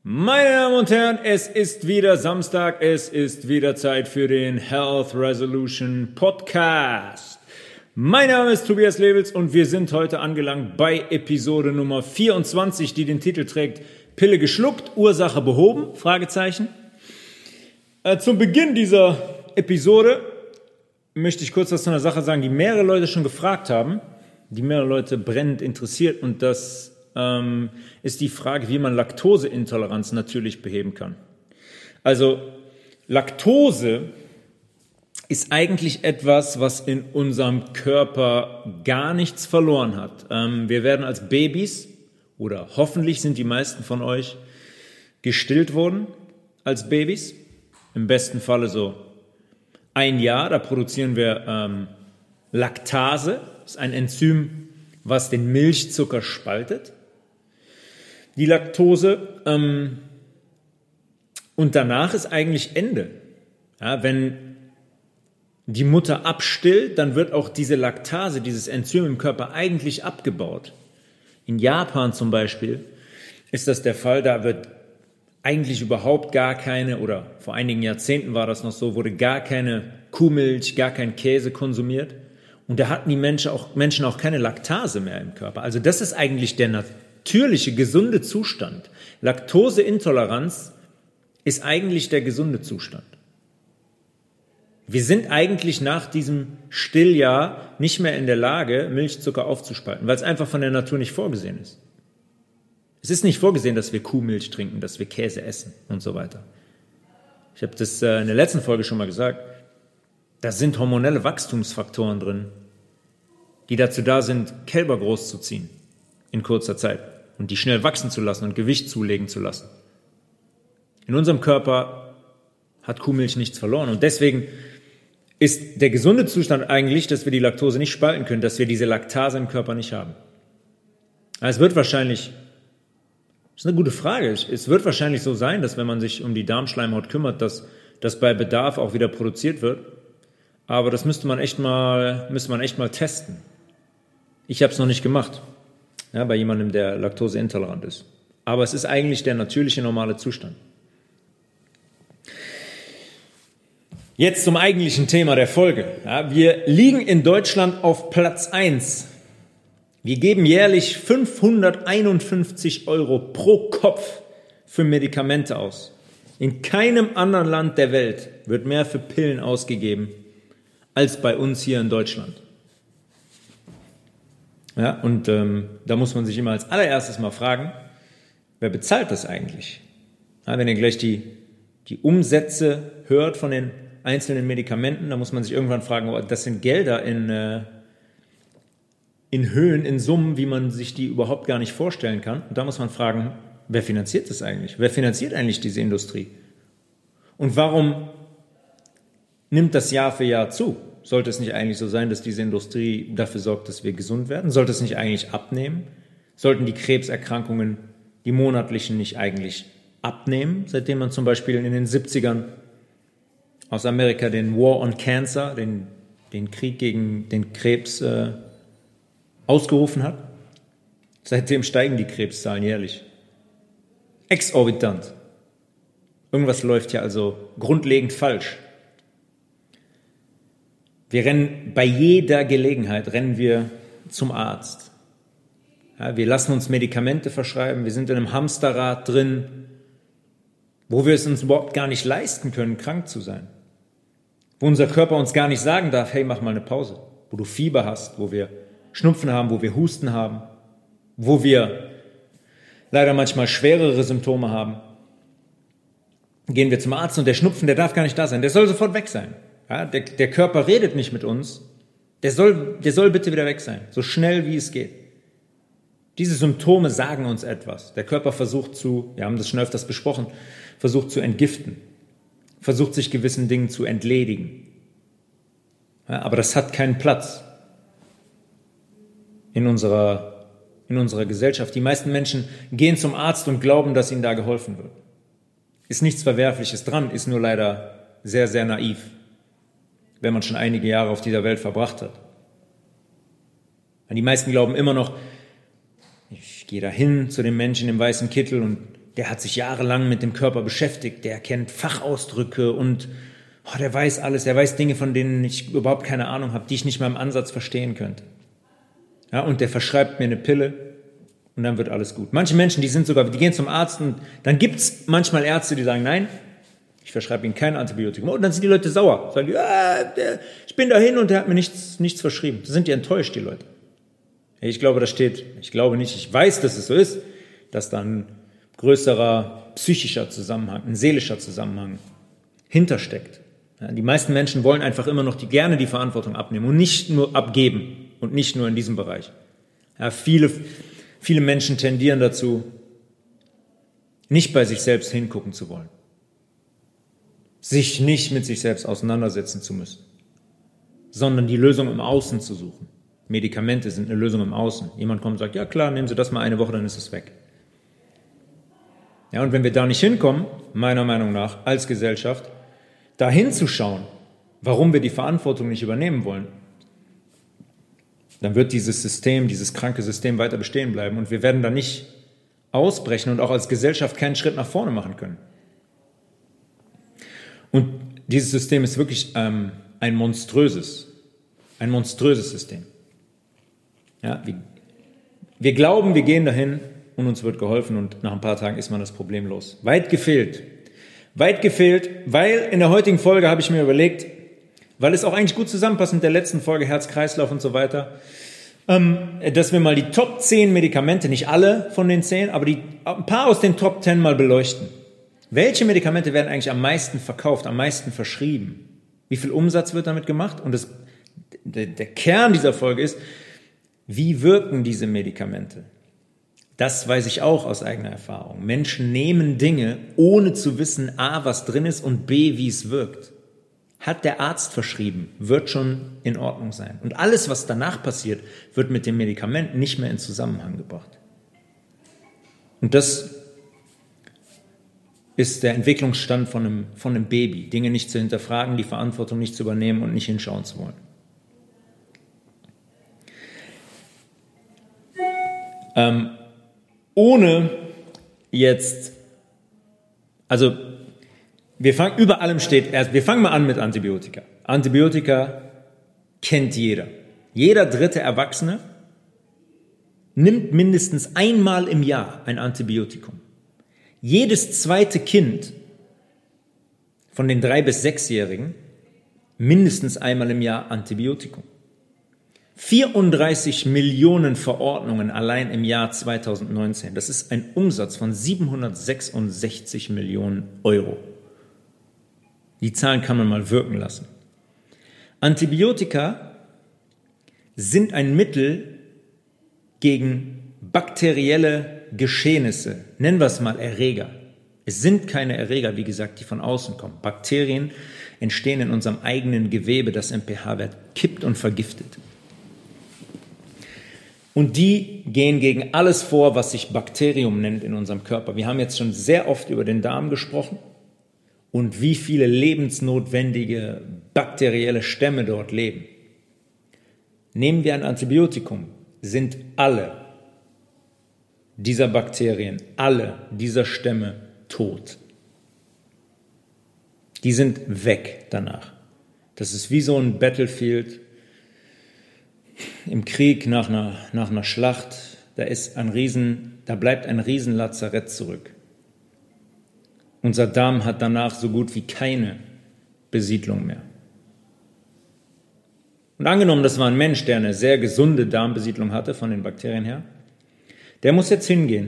Meine Damen und Herren, es ist wieder Samstag, es ist wieder Zeit für den Health Resolution Podcast. Mein Name ist Tobias Lewels und wir sind heute angelangt bei Episode Nummer 24, die den Titel trägt Pille geschluckt, Ursache behoben? Fragezeichen. Zum Beginn dieser Episode möchte ich kurz was zu einer Sache sagen, die mehrere Leute schon gefragt haben, die mehrere Leute brennend interessiert, und das ist die Frage, wie man Laktoseintoleranz natürlich beheben kann. Also Laktose ist eigentlich etwas, was in unserem Körper gar nichts verloren hat. Wir werden als Babys, oder hoffentlich sind die meisten von euch gestillt worden als Babys, im besten Falle so ein Jahr, da produzieren wir Laktase, das ist ein Enzym, was den Milchzucker spaltet. Die Laktose, und danach ist eigentlich Ende. Ja, wenn die Mutter abstillt, dann wird auch diese Laktase, dieses Enzym im Körper eigentlich abgebaut. In Japan zum Beispiel ist das der Fall, da wird eigentlich überhaupt gar keine, oder vor einigen Jahrzehnten war das noch so, wurde gar keine Kuhmilch, gar kein Käse konsumiert. Und da hatten die Menschen auch keine Laktase mehr im Körper. Also das ist eigentlich der natürliche, gesunde Zustand. Laktoseintoleranz ist eigentlich der gesunde Zustand. Wir sind eigentlich nach diesem Stilljahr nicht mehr in der Lage, Milchzucker aufzuspalten, weil es einfach von der Natur nicht vorgesehen ist. Es ist nicht vorgesehen, dass wir Kuhmilch trinken, dass wir Käse essen und so weiter. Ich habe das in der letzten Folge schon mal gesagt. Da sind hormonelle Wachstumsfaktoren drin, die dazu da sind, Kälber großzuziehen in kurzer Zeit und die schnell wachsen zu lassen und Gewicht zulegen zu lassen. In unserem Körper hat Kuhmilch nichts verloren, und deswegen ist der gesunde Zustand eigentlich, dass wir die Laktose nicht spalten können, dass wir diese Laktase im Körper nicht haben. Es wird wahrscheinlich, das ist eine gute Frage, es wird wahrscheinlich so sein, dass wenn man sich um die Darmschleimhaut kümmert, dass das bei Bedarf auch wieder produziert wird. Aber das müsste man echt mal testen. Ich habe es noch nicht gemacht, ja, bei jemandem, der laktoseintolerant ist. Aber es ist eigentlich der natürliche, normale Zustand. Jetzt zum eigentlichen Thema der Folge. Ja, wir liegen in Deutschland auf Platz 1. Wir geben jährlich 551 € pro Kopf für Medikamente aus. In keinem anderen Land der Welt wird mehr für Pillen ausgegeben als bei uns hier in Deutschland. Ja, und da muss man sich immer als allererstes mal fragen, wer bezahlt das eigentlich? Ja, wenn ihr gleich die Umsätze hört von den einzelnen Medikamenten, da muss man sich irgendwann fragen, oh, das sind Gelder in Höhen, in Summen, wie man sich die überhaupt gar nicht vorstellen kann. Und da muss man fragen, wer finanziert das eigentlich? Wer finanziert eigentlich diese Industrie? Und warum nimmt das Jahr für Jahr zu? Sollte es nicht eigentlich so sein, dass diese Industrie dafür sorgt, dass wir gesund werden? Sollte es nicht eigentlich abnehmen? Sollten die Krebserkrankungen, die monatlichen, nicht eigentlich abnehmen? Seitdem man zum Beispiel in den 70ern aus Amerika den War on Cancer, den Krieg gegen den Krebs ausgerufen hat. Seitdem steigen die Krebszahlen jährlich. Exorbitant. Irgendwas läuft hier also grundlegend falsch. Wir rennen bei jeder Gelegenheit zum Arzt. Ja, wir lassen uns Medikamente verschreiben, wir sind in einem Hamsterrad drin, wo wir es uns überhaupt gar nicht leisten können, krank zu sein. Wo unser Körper uns gar nicht sagen darf, hey, mach mal eine Pause. Wo du Fieber hast, wo wir Schnupfen haben, wo wir Husten haben, wo wir leider manchmal schwerere Symptome haben. Gehen wir zum Arzt und der Schnupfen, der darf gar nicht da sein, der soll sofort weg sein. Ja, der Körper redet nicht mit uns, der soll bitte wieder weg sein, so schnell wie es geht. Diese Symptome sagen uns etwas. Der Körper versucht wir haben das schon öfters besprochen, versucht zu entgiften, versucht sich gewissen Dingen zu entledigen. Ja, aber das hat keinen Platz in unserer Gesellschaft. Die meisten Menschen gehen zum Arzt und glauben, dass ihnen da geholfen wird. Ist nichts Verwerfliches dran, ist nur leider sehr, sehr naiv, wenn man schon einige Jahre auf dieser Welt verbracht hat. Die meisten glauben immer noch, ich gehe da hin zu dem Menschen im weißen Kittel und der hat sich jahrelang mit dem Körper beschäftigt, der kennt Fachausdrücke und der weiß alles, der weiß Dinge, von denen ich überhaupt keine Ahnung habe, die ich nicht mal im Ansatz verstehen könnte. Ja, und der verschreibt mir eine Pille und dann wird alles gut. Manche Menschen, die gehen zum Arzt und dann gibt es manchmal Ärzte, die sagen, nein, ich verschreibe ihnen kein Antibiotikum. Und dann sind die Leute sauer. Sagen die, ich bin dahin und der hat mir nichts verschrieben. Da sind die enttäuscht, die Leute. Ich glaube, ich weiß, dass es so ist, dass da ein größerer psychischer Zusammenhang, ein seelischer Zusammenhang hintersteckt. Ja, die meisten Menschen wollen einfach immer noch gerne die Verantwortung abnehmen und nicht nur abgeben und nicht nur in diesem Bereich. Ja, viele Menschen tendieren dazu, nicht bei sich selbst hingucken zu wollen, sich nicht mit sich selbst auseinandersetzen zu müssen, sondern die Lösung im Außen zu suchen. Medikamente sind eine Lösung im Außen. Jemand kommt und sagt, ja klar, nehmen Sie das mal eine Woche, dann ist es weg. Ja, und wenn wir da nicht hinkommen, meiner Meinung nach, als Gesellschaft, da hinzuschauen, warum wir die Verantwortung nicht übernehmen wollen, dann wird dieses kranke System weiter bestehen bleiben und wir werden da nicht ausbrechen und auch als Gesellschaft keinen Schritt nach vorne machen können. Und dieses System ist wirklich ein monströses System. Ja, wir glauben, wir gehen dahin und uns wird geholfen und nach ein paar Tagen ist man das Problem los. Weit gefehlt, weil in der heutigen Folge habe ich mir überlegt, weil es auch eigentlich gut zusammenpasst mit der letzten Folge Herz-Kreislauf und so weiter, dass wir mal die Top 10 Medikamente, nicht alle von den 10, aber ein paar aus den Top 10 mal beleuchten. Welche Medikamente werden eigentlich am meisten verkauft, am meisten verschrieben? Wie viel Umsatz wird damit gemacht? Und der Kern dieser Folge ist, wie wirken diese Medikamente? Das weiß ich auch aus eigener Erfahrung. Menschen nehmen Dinge, ohne zu wissen, a, was drin ist und b, wie es wirkt. Hat der Arzt verschrieben, wird schon in Ordnung sein. Und alles, was danach passiert, wird mit dem Medikament nicht mehr in Zusammenhang gebracht. Und das ist der Entwicklungsstand von einem Baby. Dinge nicht zu hinterfragen, die Verantwortung nicht zu übernehmen und nicht hinschauen zu wollen. Ohne jetzt, also wir fangen mal an mit Antibiotika. Antibiotika kennt jeder. Jeder dritte Erwachsene nimmt mindestens einmal im Jahr ein Antibiotikum. Jedes zweite Kind von den 3- bis 6-Jährigen mindestens einmal im Jahr Antibiotikum. 34 Millionen Verordnungen allein im Jahr 2019. Das ist ein Umsatz von 766 Millionen Euro. Die Zahlen kann man mal wirken lassen. Antibiotika sind ein Mittel gegen bakterielle Geschehnisse. Nennen wir es mal Erreger. Es sind keine Erreger, wie gesagt, die von außen kommen. Bakterien entstehen in unserem eigenen Gewebe, das im pH-Wert kippt und vergiftet. Und die gehen gegen alles vor, was sich Bakterium nennt in unserem Körper. Wir haben jetzt schon sehr oft über den Darm gesprochen und wie viele lebensnotwendige bakterielle Stämme dort leben. Nehmen wir ein Antibiotikum, sind alle dieser Bakterien, alle dieser Stämme tot. Die sind weg danach. Das ist wie so ein Battlefield im Krieg nach einer Schlacht. Da bleibt ein Riesenlazarett zurück. Unser Darm hat danach so gut wie keine Besiedlung mehr. Und angenommen, das war ein Mensch, der eine sehr gesunde Darmbesiedlung hatte von den Bakterien her, der muss jetzt hingehen.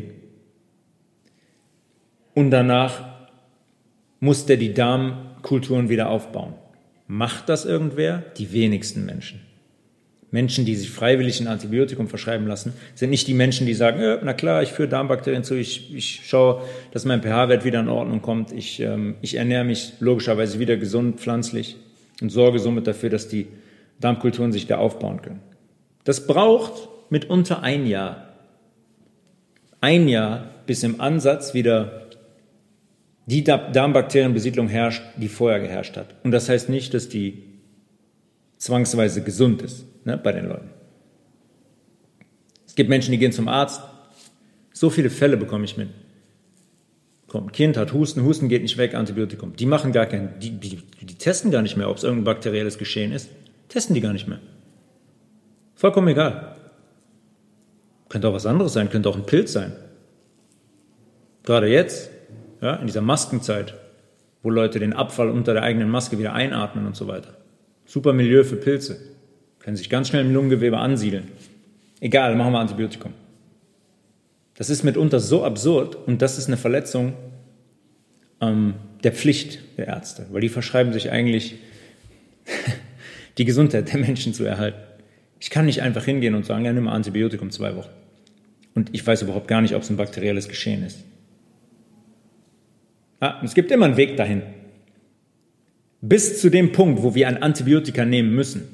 Und danach muss der die Darmkulturen wieder aufbauen. Macht das irgendwer? Die wenigsten Menschen. Menschen, die sich freiwillig ein Antibiotikum verschreiben lassen, sind nicht die Menschen, die sagen, na klar, ich führe Darmbakterien zu, ich schaue, dass mein pH-Wert wieder in Ordnung kommt, ich ernähre mich logischerweise wieder gesund, pflanzlich und sorge somit dafür, dass die Darmkulturen sich da aufbauen können. Das braucht mitunter ein Jahr. Ein Jahr, bis im Ansatz wieder die Darmbakterienbesiedlung herrscht, die vorher geherrscht hat. Und das heißt nicht, dass die zwangsweise gesund ist, bei den Leuten. Es gibt Menschen, die gehen zum Arzt. So viele Fälle bekomme ich mit. Kommt ein Kind, hat Husten geht nicht weg, Antibiotikum. Die machen gar keinen, die testen gar nicht mehr, ob es irgendein bakterielles Geschehen ist. Testen die gar nicht mehr. Vollkommen egal. Könnte auch was anderes sein, könnte auch ein Pilz sein. Gerade jetzt, ja, in dieser Maskenzeit, wo Leute den Abfall unter der eigenen Maske wieder einatmen und so weiter. Super Milieu für Pilze. Können sich ganz schnell im Lungengewebe ansiedeln. Egal, machen wir Antibiotikum. Das ist mitunter so absurd und das ist eine Verletzung der Pflicht der Ärzte, weil die verschreiben sich eigentlich, die Gesundheit der Menschen zu erhalten. Ich kann nicht einfach hingehen und sagen, ja, nimm mal Antibiotikum 2 Wochen. Und ich weiß überhaupt gar nicht, ob es ein bakterielles Geschehen ist. Es gibt immer einen Weg dahin. Bis zu dem Punkt, wo wir ein Antibiotika nehmen müssen.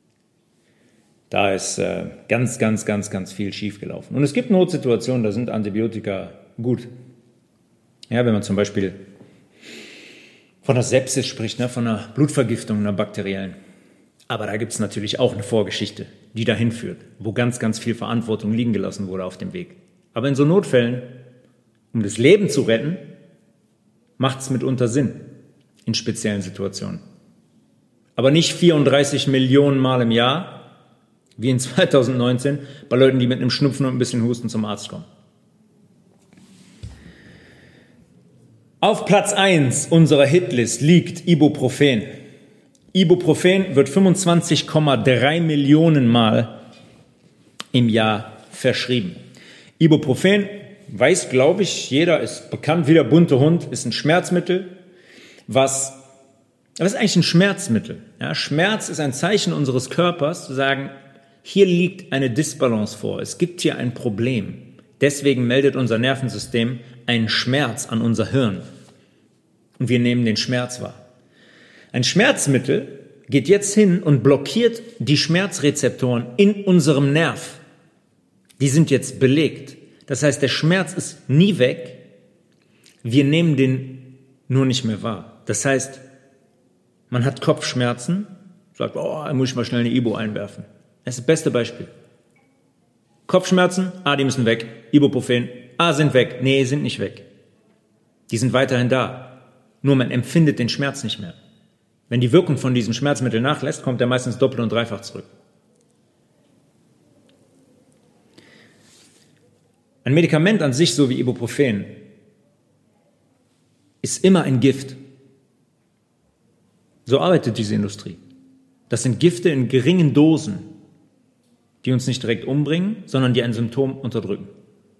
Da ist ganz, ganz, ganz, ganz viel schiefgelaufen. Und es gibt Notsituationen, da sind Antibiotika gut. Ja, wenn man zum Beispiel von der Sepsis spricht, ne, von einer Blutvergiftung, einer bakteriellen. Aber da gibt es natürlich auch eine Vorgeschichte, die dahin führt, wo ganz, ganz viel Verantwortung liegen gelassen wurde auf dem Weg. Aber in so Notfällen, um das Leben zu retten, macht es mitunter Sinn in speziellen Situationen. Aber nicht 34 Millionen Mal im Jahr, wie in 2019, bei Leuten, die mit einem Schnupfen und ein bisschen Husten zum Arzt kommen. Auf Platz 1 unserer Hitlist liegt Ibuprofen. Ibuprofen wird 25,3 Millionen Mal im Jahr verschrieben. Ibuprofen, weiß, glaube ich, jeder, ist bekannt wie der bunte Hund, ist ein Schmerzmittel. Was ist eigentlich ein Schmerzmittel? Ja, Schmerz ist ein Zeichen unseres Körpers, zu sagen, hier liegt eine Disbalance vor, es gibt hier ein Problem. Deswegen meldet unser Nervensystem einen Schmerz an unser Hirn. Und wir nehmen den Schmerz wahr. Ein Schmerzmittel geht jetzt hin und blockiert die Schmerzrezeptoren in unserem Nerv. Die sind jetzt belegt. Das heißt, der Schmerz ist nie weg. Wir nehmen den nur nicht mehr wahr. Das heißt, man hat Kopfschmerzen, sagt, muss ich mal schnell eine Ibu einwerfen. Das ist das beste Beispiel. Kopfschmerzen, die müssen weg. Ibuprofen, sind weg. Nee, sind nicht weg. Die sind weiterhin da. Nur man empfindet den Schmerz nicht mehr. Wenn die Wirkung von diesem Schmerzmittel nachlässt, kommt er meistens doppelt und dreifach zurück. Ein Medikament an sich, so wie Ibuprofen, ist immer ein Gift. So arbeitet diese Industrie. Das sind Gifte in geringen Dosen, die uns nicht direkt umbringen, sondern die ein Symptom unterdrücken.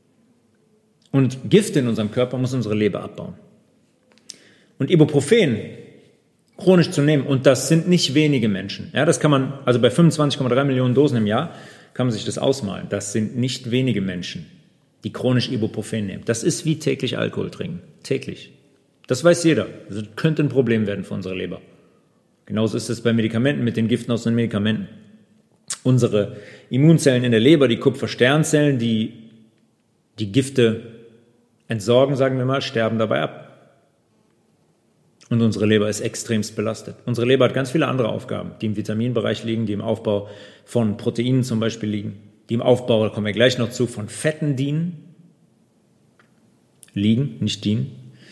Und Gifte in unserem Körper muss unsere Leber abbauen. Und Ibuprofen chronisch zu nehmen, und das sind nicht wenige Menschen. Ja, das kann man, also bei 25,3 Millionen Dosen im Jahr, kann man sich das ausmalen. Das sind nicht wenige Menschen, die chronisch Ibuprofen nehmen. Das ist wie täglich Alkohol trinken. Täglich. Das weiß jeder. Das könnte ein Problem werden für unsere Leber. Genauso ist es bei Medikamenten, mit den Giften aus den Medikamenten. Unsere Immunzellen in der Leber, die Kupfersternzellen, die Gifte entsorgen, sagen wir mal, sterben dabei ab. Und unsere Leber ist extremst belastet. Unsere Leber hat ganz viele andere Aufgaben, die im Vitaminbereich liegen, die im Aufbau von Proteinen zum Beispiel liegen, die im Aufbau, da kommen wir gleich noch zu, von Fetten dienen. Liegen, nicht dienen.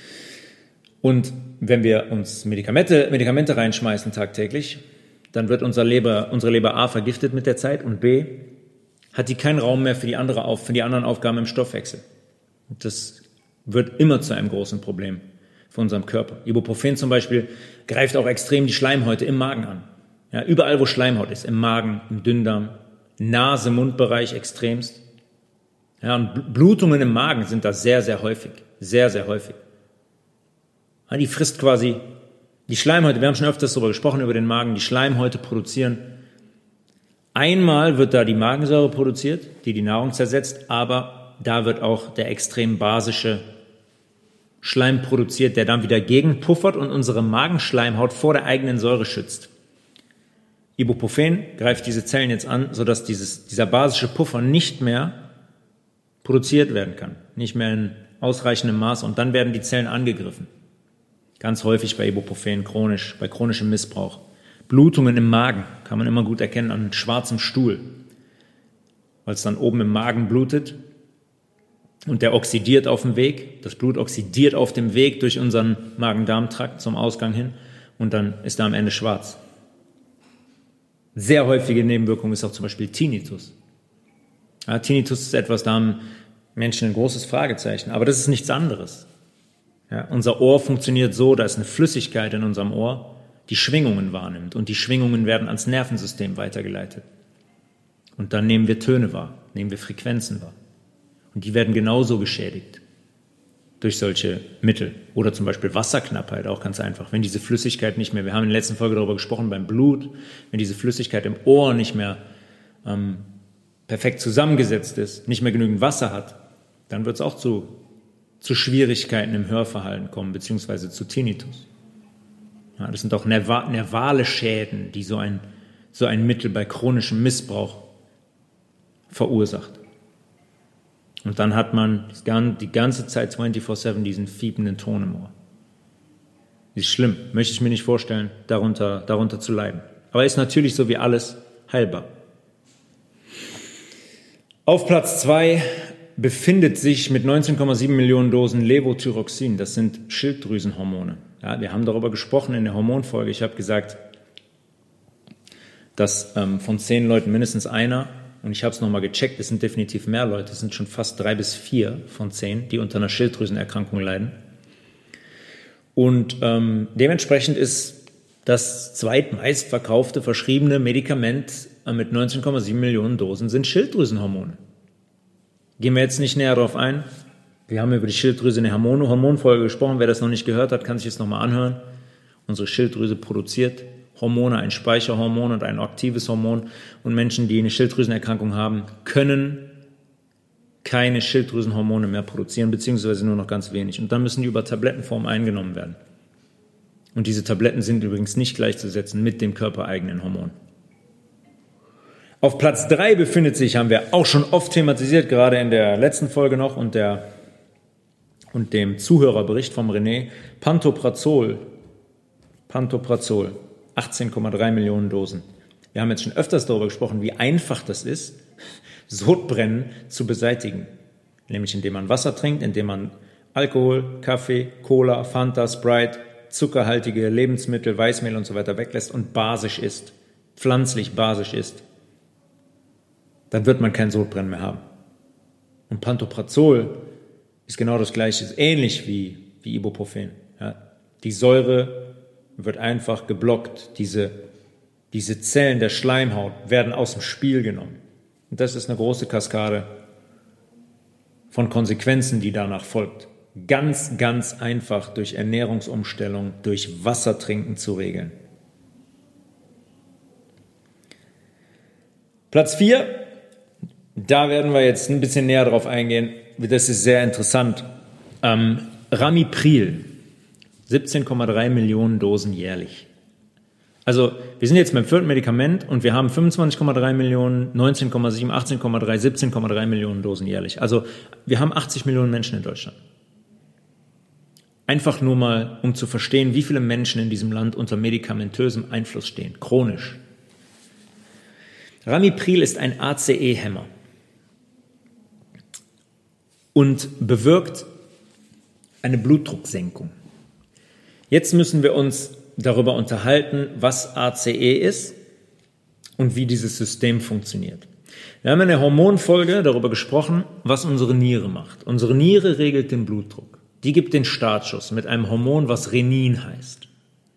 Und wenn wir uns Medikamente reinschmeißen tagtäglich, dann wird unsere Leber A vergiftet mit der Zeit und B hat die keinen Raum mehr für die anderen Aufgaben im Stoffwechsel. Und das wird immer zu einem großen Problem für unseren Körper. Ibuprofen zum Beispiel greift auch extrem die Schleimhäute im Magen an. Ja, überall, wo Schleimhaut ist, im Magen, im Dünndarm, Nase, Mundbereich extremst. Ja, und Blutungen im Magen sind da sehr, sehr häufig. Sehr, sehr häufig. Ja, die frisst quasi die Schleimhäute. Wir haben schon öfters darüber gesprochen, über den Magen. Die Schleimhäute produzieren. Einmal wird da die Magensäure produziert, die Nahrung zersetzt, aber da wird auch der extrem basische Schleim produziert, der dann wieder gegenpuffert und unsere Magenschleimhaut vor der eigenen Säure schützt. Ibuprofen greift diese Zellen jetzt an, sodass dieser basische Puffer nicht mehr produziert werden kann, nicht mehr in ausreichendem Maß, und dann werden die Zellen angegriffen. Ganz häufig bei Ibuprofen bei chronischem Missbrauch. Blutungen im Magen kann man immer gut erkennen an schwarzem Stuhl, weil es dann oben im Magen blutet. und der oxidiert auf dem Weg. Das Blut oxidiert auf dem Weg durch unseren Magen-Darm-Trakt zum Ausgang hin und dann ist er am Ende schwarz. Sehr häufige Nebenwirkung ist auch zum Beispiel Tinnitus. Ja, Tinnitus ist etwas, da haben Menschen ein großes Fragezeichen, aber das ist nichts anderes. Ja, unser Ohr funktioniert so, da ist eine Flüssigkeit in unserem Ohr, die Schwingungen wahrnimmt und die Schwingungen werden ans Nervensystem weitergeleitet. Und dann nehmen wir Töne wahr, nehmen wir Frequenzen wahr. Und die werden genauso geschädigt durch solche Mittel. Oder zum Beispiel Wasserknappheit, auch ganz einfach. Wenn diese Flüssigkeit nicht mehr, wir haben in der letzten Folge darüber gesprochen, beim Blut, wenn diese Flüssigkeit im Ohr nicht mehr perfekt zusammengesetzt ist, nicht mehr genügend Wasser hat, dann wird es auch zu Schwierigkeiten im Hörverhalten kommen, beziehungsweise zu Tinnitus. Ja, das sind auch nervale Schäden, die so ein Mittel bei chronischem Missbrauch verursacht. Und dann hat man die ganze Zeit 24/7 diesen fiependen Ton im Ohr. Das ist schlimm, möchte ich mir nicht vorstellen, darunter zu leiden. Aber ist natürlich so wie alles heilbar. Auf Platz 2 befindet sich mit 19,7 Millionen Dosen Levothyroxin. Das sind Schilddrüsenhormone. Ja, wir haben darüber gesprochen in der Hormonfolge. Ich habe gesagt, dass von 10 Leuten mindestens einer, und ich habe es nochmal gecheckt, es sind definitiv mehr Leute, es sind schon fast 3 bis 4 von 10, die unter einer Schilddrüsenerkrankung leiden. Und dementsprechend ist das zweitmeist verkaufte verschriebene Medikament mit 19,7 Millionen Dosen sind Schilddrüsenhormone. Gehen wir jetzt nicht näher darauf ein. Wir haben über die Schilddrüse in der Hormonfolge gesprochen. Wer das noch nicht gehört hat, kann sich jetzt nochmal anhören. Unsere Schilddrüse produziert Hormone, ein Speicherhormon und ein aktives Hormon. Und Menschen, die eine Schilddrüsenerkrankung haben, können keine Schilddrüsenhormone mehr produzieren, beziehungsweise nur noch ganz wenig. Und dann müssen die über Tablettenform eingenommen werden. Und diese Tabletten sind übrigens nicht gleichzusetzen mit dem körpereigenen Hormon. Auf Platz 3 befindet sich, haben wir auch schon oft thematisiert, gerade in der letzten Folge noch und dem Zuhörerbericht vom René, Pantoprazol, 18,3 Millionen Dosen. Wir haben jetzt schon öfters darüber gesprochen, wie einfach das ist, Sodbrennen zu beseitigen. Nämlich indem man Wasser trinkt, indem man Alkohol, Kaffee, Cola, Fanta, Sprite, zuckerhaltige Lebensmittel, Weißmehl und so weiter weglässt und basisch isst, pflanzlich basisch isst. Dann wird man kein Sodbrennen mehr haben. Und Pantoprazol ist genau das Gleiche, ist ähnlich wie Ibuprofen. Ja. Die Säure wird einfach geblockt. Diese Zellen der Schleimhaut werden aus dem Spiel genommen. Und das ist eine große Kaskade von Konsequenzen, die danach folgt. Ganz, ganz einfach durch Ernährungsumstellung, durch Wassertrinken zu regeln. Platz 4. Da werden wir jetzt ein bisschen näher drauf eingehen. Das ist sehr interessant. Ramipril, 17,3 Millionen Dosen jährlich. Also wir sind jetzt beim 4. Medikament und wir haben 25,3 Millionen, 19,7, 18,3, 17,3 Millionen Dosen jährlich. Also wir haben 80 Millionen Menschen in Deutschland. Einfach nur mal, um zu verstehen, wie viele Menschen in diesem Land unter medikamentösem Einfluss stehen, chronisch. Ramipril ist ein ACE-Hemmer und bewirkt eine Blutdrucksenkung. Jetzt müssen wir uns darüber unterhalten, was ACE ist und wie dieses System funktioniert. Wir haben in der Hormonfolge darüber gesprochen, was unsere Niere macht. Unsere Niere regelt den Blutdruck. Die gibt den Startschuss mit einem Hormon, was Renin heißt.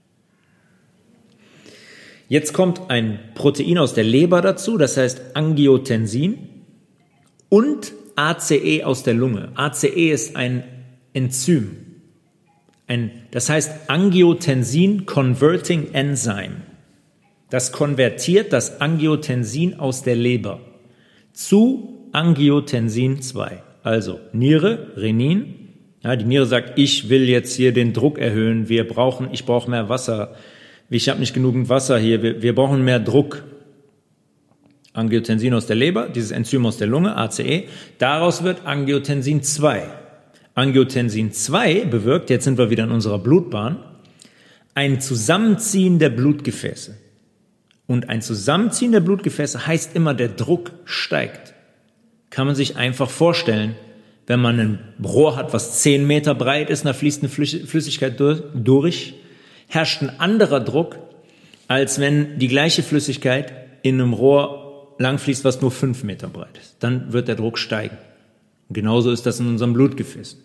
Jetzt kommt ein Protein aus der Leber dazu, das heißt Angiotensin, und ACE aus der Lunge. ACE ist ein Enzym. Das heißt Angiotensin Converting Enzyme. Das konvertiert das Angiotensin aus der Leber zu Angiotensin 2. Also Niere, Renin. Ja, die Niere sagt, ich will jetzt hier den Druck erhöhen. Ich brauche mehr Wasser. Ich habe nicht genügend Wasser hier. Wir brauchen mehr Druck. Angiotensin aus der Leber, dieses Enzym aus der Lunge, ACE. Daraus wird Angiotensin 2. Angiotensin 2 bewirkt, jetzt sind wir wieder in unserer Blutbahn, ein Zusammenziehen der Blutgefäße. Und ein Zusammenziehen der Blutgefäße heißt immer, der Druck steigt. Kann man sich einfach vorstellen, wenn man ein Rohr hat, was 10 Meter breit ist, da fließt eine Flüssigkeit durch, herrscht ein anderer Druck, als wenn die gleiche Flüssigkeit in einem Rohr langfließt, was nur 5 Meter breit ist. Dann wird der Druck steigen. Und genauso ist das in unserem Blutgefäß.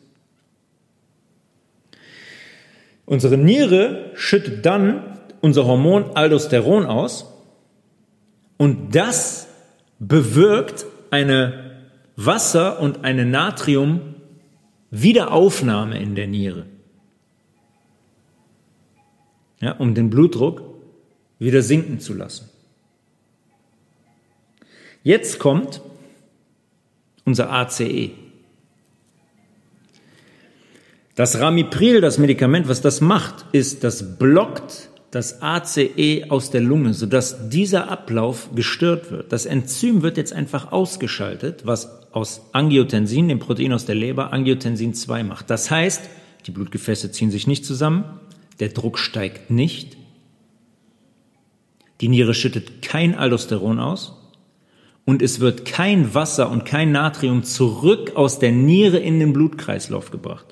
Unsere Niere schüttet dann unser Hormon Aldosteron aus und das bewirkt eine Wasser- und eine Natrium-Wiederaufnahme in der Niere, ja, um den Blutdruck wieder sinken zu lassen. Jetzt kommt unser ACE. Das Ramipril, das Medikament, was das macht, ist, das blockt das ACE aus der Lunge, sodass dieser Ablauf gestört wird. Das Enzym wird jetzt einfach ausgeschaltet, was aus Angiotensin, dem Protein aus der Leber, Angiotensin 2 macht. Das heißt, die Blutgefäße ziehen sich nicht zusammen, der Druck steigt nicht, die Niere schüttet kein Aldosteron aus und es wird kein Wasser und kein Natrium zurück aus der Niere in den Blutkreislauf gebracht.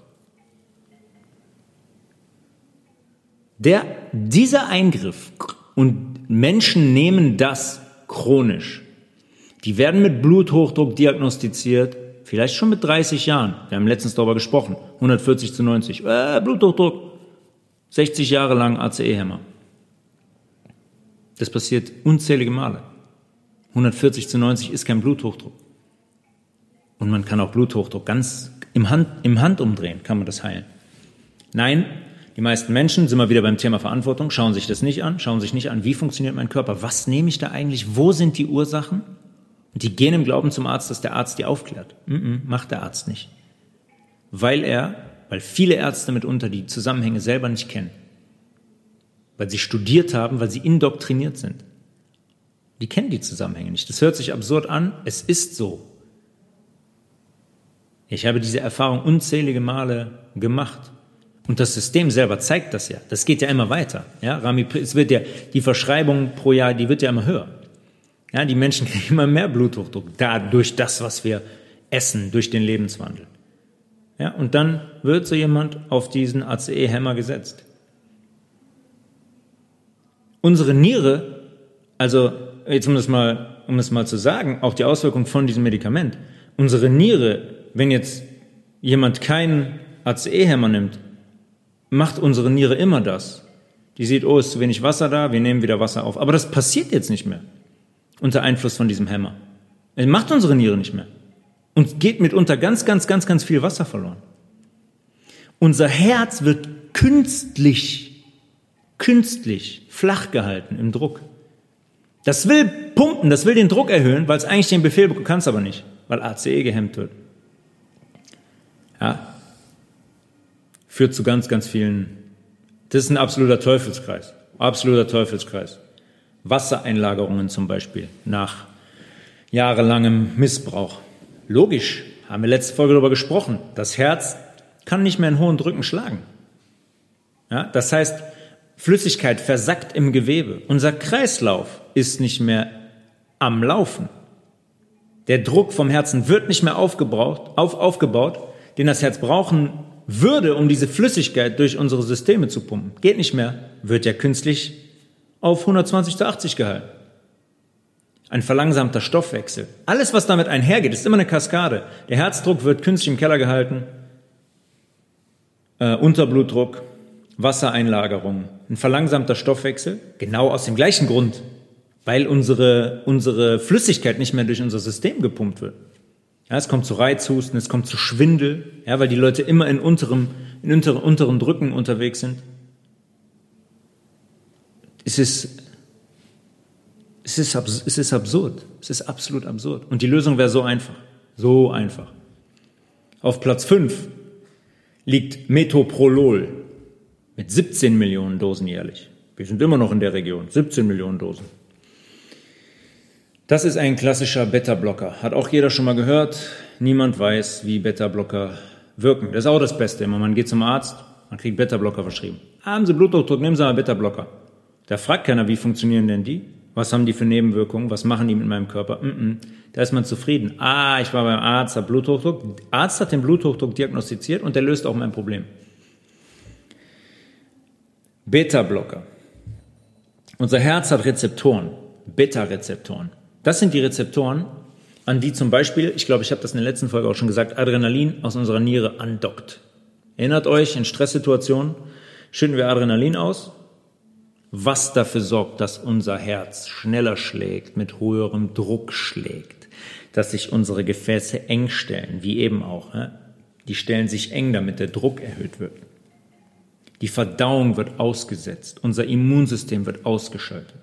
Dieser Eingriff, und Menschen nehmen das chronisch, die werden mit Bluthochdruck diagnostiziert, vielleicht schon mit 30 Jahren. Wir haben letztens darüber gesprochen, 140/90, Bluthochdruck, 60 Jahre lang ACE-Hämmer. Das passiert unzählige Male. 140/90 ist kein Bluthochdruck. Und man kann auch Bluthochdruck ganz im Handumdrehen, kann man das heilen. Nein, die meisten Menschen, sind wir wieder beim Thema Verantwortung, schauen sich das nicht an, schauen sich nicht an, wie funktioniert mein Körper, was nehme ich da eigentlich, wo sind die Ursachen? Und die gehen im Glauben zum Arzt, dass der Arzt die aufklärt. Macht der Arzt nicht. Weil viele Ärzte mitunter die Zusammenhänge selber nicht kennen. Weil sie studiert haben, weil sie indoktriniert sind. Die kennen die Zusammenhänge nicht. Das hört sich absurd an, es ist so. Ich habe diese Erfahrung unzählige Male gemacht. Und das System selber zeigt das ja. Das geht ja immer weiter. Ja, es wird ja, die Verschreibung pro Jahr, die wird ja immer höher. Ja, die Menschen kriegen immer mehr Bluthochdruck, durch das, was wir essen, durch den Lebenswandel. Ja, und dann wird so jemand auf diesen ACE-Hämmer gesetzt. Unsere Niere, also jetzt um das mal zu sagen, auch die Auswirkung von diesem Medikament. Unsere Niere, wenn jetzt jemand keinen ACE-Hämmer nimmt, macht unsere Niere immer das. Die sieht, oh, ist zu wenig Wasser da, wir nehmen wieder Wasser auf. Aber das passiert jetzt nicht mehr unter Einfluss von diesem Hämmer. Es macht unsere Niere nicht mehr. Und geht mitunter ganz viel Wasser verloren. Unser Herz wird künstlich flach gehalten im Druck. Das will pumpen, das will den Druck erhöhen, weil es eigentlich den Befehl bekommt, kann es aber nicht, weil ACE gehemmt wird. Ja. Führt zu ganz vielen, das ist ein absoluter Teufelskreis. Wassereinlagerungen zum Beispiel nach jahrelangem Missbrauch. Logisch, haben wir letzte Folge darüber gesprochen. Das Herz kann nicht mehr in hohen Drücken schlagen. Ja, das heißt, Flüssigkeit versackt im Gewebe. Unser Kreislauf ist nicht mehr am Laufen. Der Druck vom Herzen wird nicht mehr aufgebaut, den das Herz brauchen würde, um diese Flüssigkeit durch unsere Systeme zu pumpen. Geht nicht mehr, wird ja künstlich auf 120/80 gehalten. Ein verlangsamter Stoffwechsel. Alles, was damit einhergeht, ist immer eine Kaskade. Der Herzdruck wird künstlich im Keller gehalten, Unterblutdruck, Wassereinlagerung, ein verlangsamter Stoffwechsel, genau aus dem gleichen Grund, weil unsere Flüssigkeit nicht mehr durch unser System gepumpt wird. Ja, es kommt zu Reizhusten, es kommt zu Schwindel, ja, weil die Leute immer in unteren Drücken unterwegs sind. Es ist absurd. Es ist absolut absurd. Und die Lösung wäre so einfach. So einfach. Auf Platz 5 liegt Metoprolol mit 17 Millionen Dosen jährlich. Wir sind immer noch in der Region. 17 Millionen Dosen. Das ist ein klassischer Beta-Blocker. Hat auch jeder schon mal gehört. Niemand weiß, wie Beta-Blocker wirken. Das ist auch das Beste. Immer man geht zum Arzt, man kriegt Beta-Blocker verschrieben. Haben Sie Bluthochdruck, nehmen Sie mal Beta-Blocker. Da fragt keiner, wie funktionieren denn die? Was haben die für Nebenwirkungen? Was machen die mit meinem Körper? Da ist man zufrieden. Ich war beim Arzt, habe Bluthochdruck. Der Arzt hat den Bluthochdruck diagnostiziert und der löst auch mein Problem. Beta-Blocker. Unser Herz hat Rezeptoren, Beta-Rezeptoren. Das sind die Rezeptoren, an die zum Beispiel, ich glaube, ich habe das in der letzten Folge auch schon gesagt, Adrenalin aus unserer Niere andockt. Erinnert euch, in Stresssituationen schütten wir Adrenalin aus, was dafür sorgt, dass unser Herz schneller schlägt, mit höherem Druck schlägt, dass sich unsere Gefäße eng stellen, wie eben auch. Die stellen sich eng, damit der Druck erhöht wird. Die Verdauung wird ausgesetzt, unser Immunsystem wird ausgeschaltet.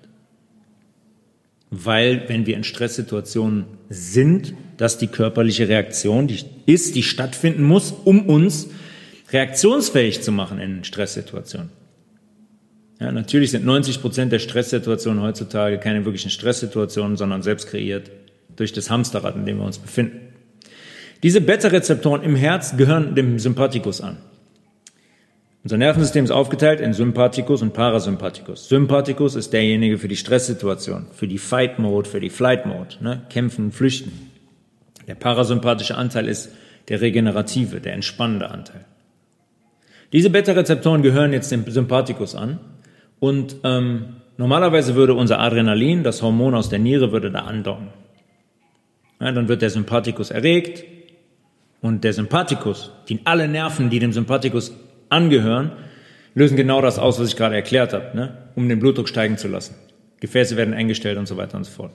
Weil, wenn wir in Stresssituationen sind, das die körperliche Reaktion, die stattfinden muss, um uns reaktionsfähig zu machen in Stresssituationen. Ja, natürlich sind 90% der Stresssituationen heutzutage keine wirklichen Stresssituationen, sondern selbst kreiert durch das Hamsterrad, in dem wir uns befinden. Diese Beta-Rezeptoren im Herz gehören dem Sympathikus an. Unser Nervensystem ist aufgeteilt in Sympathikus und Parasympathikus. Sympathikus ist derjenige für die Stresssituation, für die Fight-Mode, für die Flight-Mode, kämpfen, flüchten. Der parasympathische Anteil ist der regenerative, der entspannende Anteil. Diese Beta-Rezeptoren gehören jetzt dem Sympathikus an. Und normalerweise würde unser Adrenalin, das Hormon aus der Niere, würde da andocken. Ja, dann wird der Sympathikus erregt und der Sympathikus, alle Nerven, die dem Sympathikus angehören, lösen genau das aus, was ich gerade erklärt habe, um den Blutdruck steigen zu lassen. Gefäße werden eingestellt und so weiter und so fort.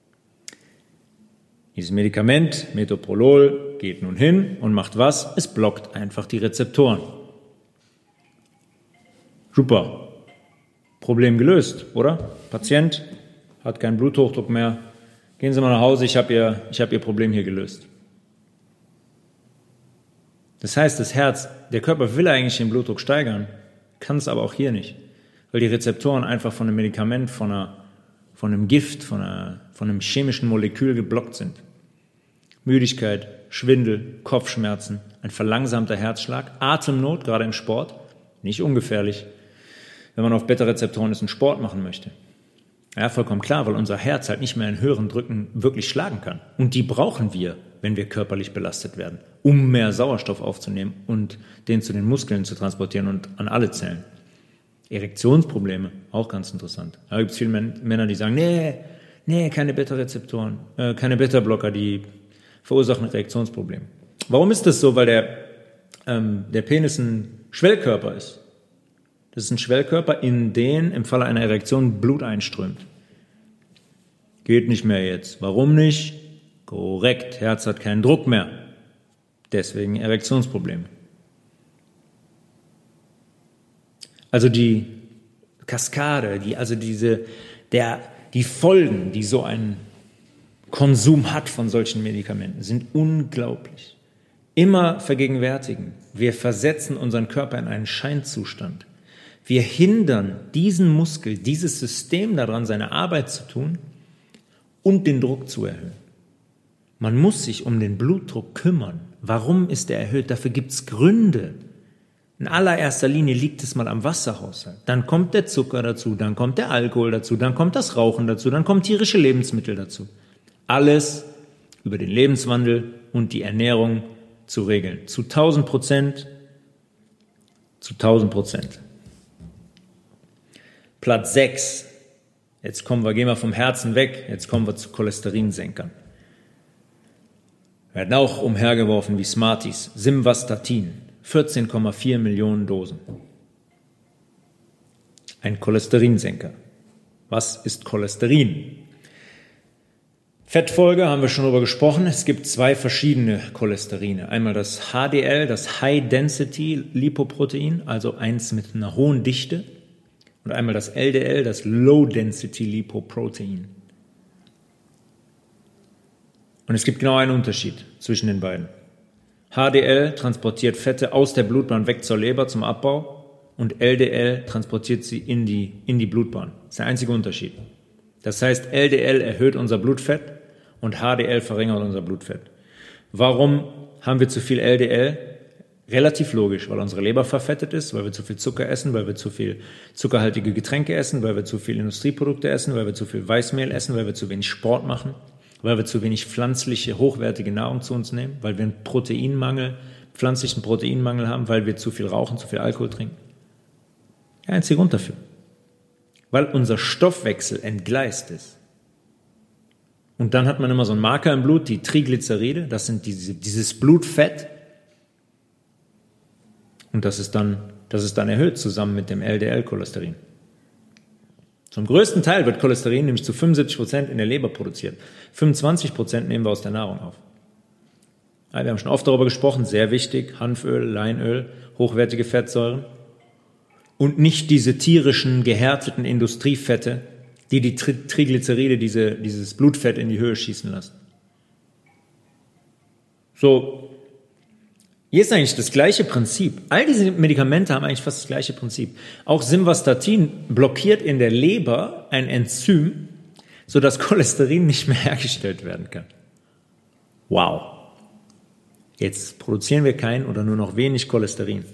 Dieses Medikament, Metoprolol, geht nun hin und macht was? Es blockt einfach die Rezeptoren. Super. Problem gelöst, oder? Patient hat keinen Bluthochdruck mehr. Gehen Sie mal nach Hause, ich habe Ihr Problem hier gelöst. Das heißt, das Herz, der Körper will eigentlich den Blutdruck steigern, kann es aber auch hier nicht, weil die Rezeptoren einfach von einem Medikament, von einem Gift, von einem chemischen Molekül geblockt sind. Müdigkeit, Schwindel, Kopfschmerzen, ein verlangsamter Herzschlag, Atemnot, gerade im Sport, nicht ungefährlich, wenn man auf Beta-Rezeptoren ist und Sport machen möchte. Ja, vollkommen klar, weil unser Herz halt nicht mehr in höheren Drücken wirklich schlagen kann. Und die brauchen wir, wenn wir körperlich belastet werden, um mehr Sauerstoff aufzunehmen und den zu den Muskeln zu transportieren und an alle Zellen. Erektionsprobleme, auch ganz interessant. Da gibt es viele Männer, die sagen, nee, keine Beta-Rezeptoren, keine Beta-Blocker, die verursachen Erektionsprobleme. Warum ist das so? Weil der Penis ein Schwellkörper ist. Das ist ein Schwellkörper, in den im Falle einer Erektion Blut einströmt. Geht nicht mehr jetzt. Warum nicht? Korrekt, Herz hat keinen Druck mehr. Deswegen Erektionsprobleme. Also die Kaskade, die Folgen, die so ein Konsum hat von solchen Medikamenten, sind unglaublich. Immer vergegenwärtigen. Wir versetzen unseren Körper in einen Scheinzustand. Wir hindern diesen Muskel, dieses System daran, seine Arbeit zu tun und den Druck zu erhöhen. Man muss sich um den Blutdruck kümmern. Warum ist er erhöht? Dafür gibt es Gründe. In allererster Linie liegt es mal am Wasserhaushalt. Dann kommt der Zucker dazu, dann kommt der Alkohol dazu, dann kommt das Rauchen dazu, dann kommen tierische Lebensmittel dazu. Alles über den Lebenswandel und die Ernährung zu regeln. Zu 1000%. Platz 6. Jetzt gehen wir vom Herzen weg, jetzt kommen wir zu Cholesterinsenkern. Werden auch umhergeworfen wie Smarties. Simvastatin, 14,4 Millionen Dosen. Ein Cholesterinsenker. Was ist Cholesterin? Fettfolge haben wir schon darüber gesprochen. Es gibt zwei verschiedene Cholesterine. Einmal das HDL, das High Density Lipoprotein, also eins mit einer hohen Dichte. Und einmal das LDL, das Low Density Lipoprotein. Und es gibt genau einen Unterschied zwischen den beiden. HDL transportiert Fette aus der Blutbahn weg zur Leber zum Abbau und LDL transportiert sie in die Blutbahn. Das ist der einzige Unterschied. Das heißt, LDL erhöht unser Blutfett und HDL verringert unser Blutfett. Warum haben wir zu viel LDL? Relativ logisch, weil unsere Leber verfettet ist, weil wir zu viel Zucker essen, weil wir zu viel zuckerhaltige Getränke essen, weil wir zu viel Industrieprodukte essen, weil wir zu viel Weißmehl essen, weil wir zu wenig Sport machen, weil wir zu wenig pflanzliche, hochwertige Nahrung zu uns nehmen, weil wir einen Proteinmangel, pflanzlichen Proteinmangel haben, weil wir zu viel rauchen, zu viel Alkohol trinken. Der einzige Grund dafür. Weil unser Stoffwechsel entgleist ist. Und dann hat man immer so einen Marker im Blut, die Triglyceride, das sind dieses Blutfett. Und das ist dann erhöht zusammen mit dem LDL-Cholesterin. Zum größten Teil wird Cholesterin nämlich zu 75% in der Leber produziert. 25% nehmen wir aus der Nahrung auf. Ja, wir haben schon oft darüber gesprochen, sehr wichtig, Hanföl, Leinöl, hochwertige Fettsäuren. Und nicht diese tierischen, gehärteten Industriefette, die Triglyceride, dieses Blutfett in die Höhe schießen lassen. So, hier ist eigentlich das gleiche Prinzip. All diese Medikamente haben eigentlich fast das gleiche Prinzip. Auch Simvastatin blockiert in der Leber ein Enzym, sodass Cholesterin nicht mehr hergestellt werden kann. Wow. Jetzt produzieren wir kein oder nur noch wenig Cholesterin.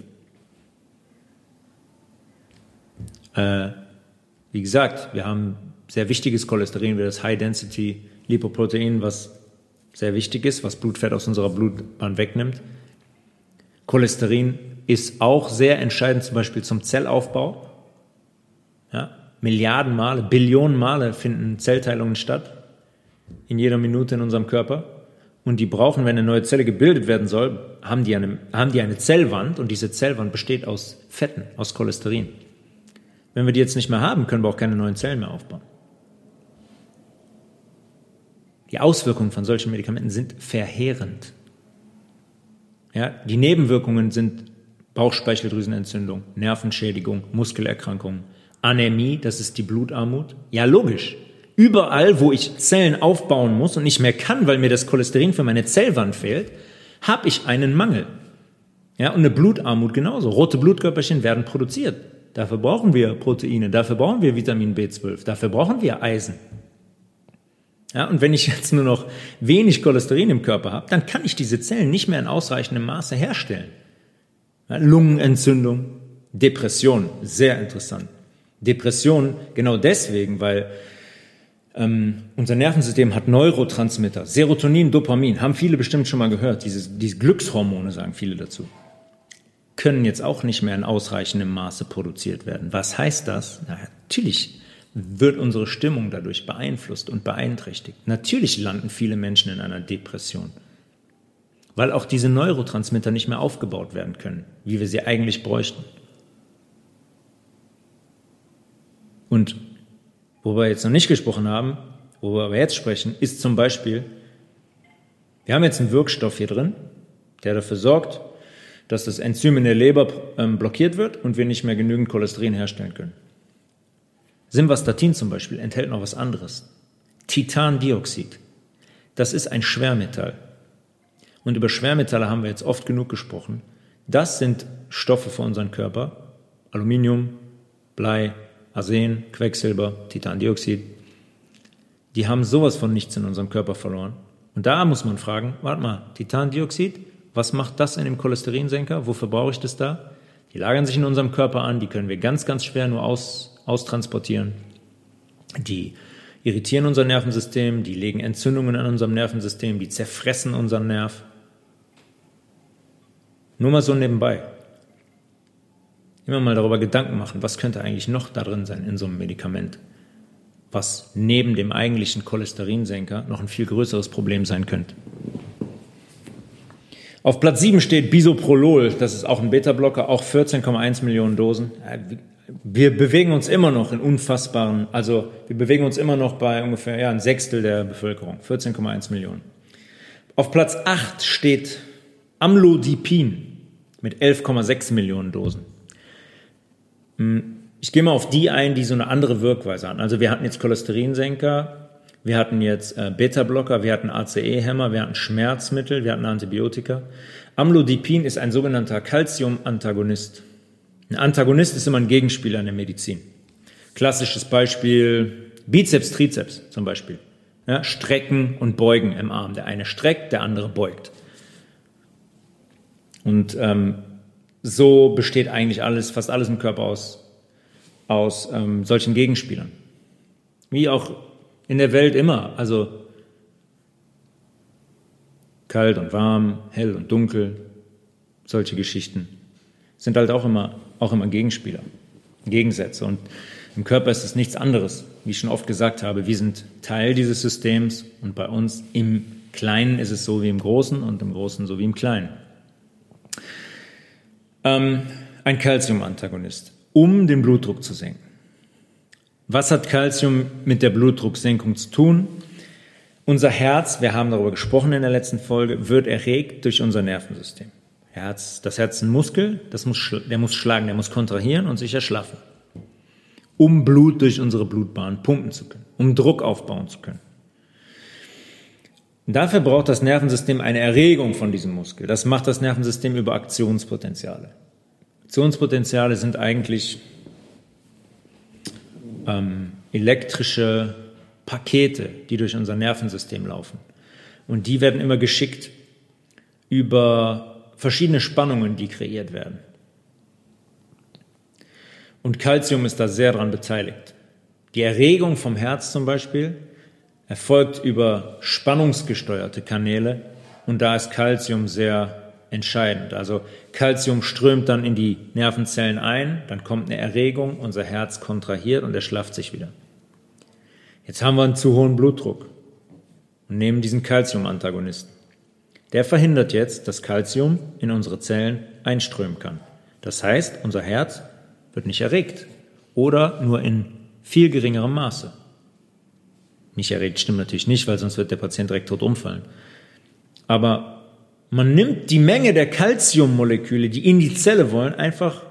Wie gesagt, wir haben sehr wichtiges Cholesterin, wie das High-Density-Lipoprotein, was sehr wichtig ist, was Blutfett aus unserer Blutbahn wegnimmt. Cholesterin ist auch sehr entscheidend, zum Beispiel zum Zellaufbau. Ja, Milliarden Male, Billionen Male finden Zellteilungen statt, in jeder Minute in unserem Körper. Und die brauchen, wenn eine neue Zelle gebildet werden soll, haben die eine Zellwand, und diese Zellwand besteht aus Fetten, aus Cholesterin. Wenn wir die jetzt nicht mehr haben, können wir auch keine neuen Zellen mehr aufbauen. Die Auswirkungen von solchen Medikamenten sind verheerend. Ja, die Nebenwirkungen sind Bauchspeicheldrüsenentzündung, Nervenschädigung, Muskelerkrankungen, Anämie, das ist die Blutarmut. Ja, logisch. Überall, wo ich Zellen aufbauen muss und nicht mehr kann, weil mir das Cholesterin für meine Zellwand fehlt, habe ich einen Mangel. Ja, und eine Blutarmut genauso. Rote Blutkörperchen werden produziert. Dafür brauchen wir Proteine, dafür brauchen wir Vitamin B12, dafür brauchen wir Eisen. Ja, und wenn ich jetzt nur noch wenig Cholesterin im Körper habe, dann kann ich diese Zellen nicht mehr in ausreichendem Maße herstellen. Ja, Lungenentzündung, Depression, sehr interessant. Depression genau deswegen, weil unser Nervensystem hat Neurotransmitter, Serotonin, Dopamin, haben viele bestimmt schon mal gehört, diese Glückshormone, sagen viele dazu, können jetzt auch nicht mehr in ausreichendem Maße produziert werden. Was heißt das? Na, natürlich wird unsere Stimmung dadurch beeinflusst und beeinträchtigt. Natürlich landen viele Menschen in einer Depression, weil auch diese Neurotransmitter nicht mehr aufgebaut werden können, wie wir sie eigentlich bräuchten. Und worüber wir jetzt noch nicht gesprochen haben, worüber wir jetzt sprechen, ist zum Beispiel, wir haben jetzt einen Wirkstoff hier drin, der dafür sorgt, dass das Enzym in der Leber blockiert wird und wir nicht mehr genügend Cholesterin herstellen können. Simvastatin zum Beispiel enthält noch was anderes. Titandioxid. Das ist ein Schwermetall. Und über Schwermetalle haben wir jetzt oft genug gesprochen. Das sind Stoffe für unseren Körper. Aluminium, Blei, Arsen, Quecksilber, Titandioxid. Die haben sowas von nichts in unserem Körper verloren. Und da muss man fragen, warte mal, Titandioxid, was macht das in dem Cholesterinsenker? Wofür brauche ich das da? Die lagern sich in unserem Körper an, die können wir ganz, ganz schwer nur austransportieren. Die irritieren unser Nervensystem, die legen Entzündungen an unserem Nervensystem, die zerfressen unseren Nerv. Nur mal so nebenbei. Immer mal darüber Gedanken machen, was könnte eigentlich noch da drin sein in so einem Medikament, was neben dem eigentlichen Cholesterinsenker noch ein viel größeres Problem sein könnte. Auf Platz 7 steht Bisoprolol, das ist auch ein Beta-Blocker, auch 14,1 Millionen Dosen. Wir bewegen uns immer noch in unfassbaren, also wir bewegen uns immer noch bei ungefähr ein Sechstel der Bevölkerung, 14,1 Millionen. Auf Platz 8 steht Amlodipin mit 11,6 Millionen Dosen. Ich gehe mal auf die ein, die so eine andere Wirkweise haben. Also wir hatten jetzt Cholesterinsenker, wir hatten jetzt Beta-Blocker, wir hatten ACE-Hämmer, wir hatten Schmerzmittel, wir hatten Antibiotika. Amlodipin ist ein sogenannter Calcium-Antagonist. Ein Antagonist ist immer ein Gegenspieler in der Medizin. Klassisches Beispiel Bizeps, Trizeps zum Beispiel. Ja, Strecken und Beugen im Arm. Der eine streckt, der andere beugt. Und so besteht eigentlich fast alles im Körper aus solchen Gegenspielern. Wie auch in der Welt immer. Also kalt und warm, hell und dunkel, solche Geschichten sind halt auch immer Gegenspieler, Gegensätze. Und im Körper ist es nichts anderes. Wie ich schon oft gesagt habe, wir sind Teil dieses Systems und bei uns im Kleinen ist es so wie im Großen und im Großen so wie im Kleinen. Ein Calcium-Antagonist, um den Blutdruck zu senken. Was hat Calcium mit der Blutdrucksenkung zu tun? Unser Herz, wir haben darüber gesprochen in der letzten Folge, wird erregt durch unser Nervensystem. Das Herz ist ein Muskel, der muss schlagen, der muss kontrahieren und sich erschlaffen, um Blut durch unsere Blutbahn pumpen zu können, um Druck aufbauen zu können. Dafür braucht das Nervensystem eine Erregung von diesem Muskel. Das macht das Nervensystem über Aktionspotenziale. Aktionspotenziale sind eigentlich elektrische Pakete, die durch unser Nervensystem laufen. Und die werden immer geschickt über verschiedene Spannungen, die kreiert werden. Und Calcium ist da sehr daran beteiligt. Die Erregung vom Herz zum Beispiel erfolgt über spannungsgesteuerte Kanäle und da ist Calcium sehr entscheidend. Also Calcium strömt dann in die Nervenzellen ein, dann kommt eine Erregung, unser Herz kontrahiert und erschlafft sich wieder. Jetzt haben wir einen zu hohen Blutdruck und nehmen diesen Calcium-Antagonisten. Der verhindert jetzt, dass Calcium in unsere Zellen einströmen kann. Das heißt, unser Herz wird nicht erregt oder nur in viel geringerem Maße. Nicht erregt stimmt natürlich nicht, weil sonst wird der Patient direkt tot umfallen. Aber man nimmt die Menge der Calciummoleküle, die in die Zelle wollen, einfach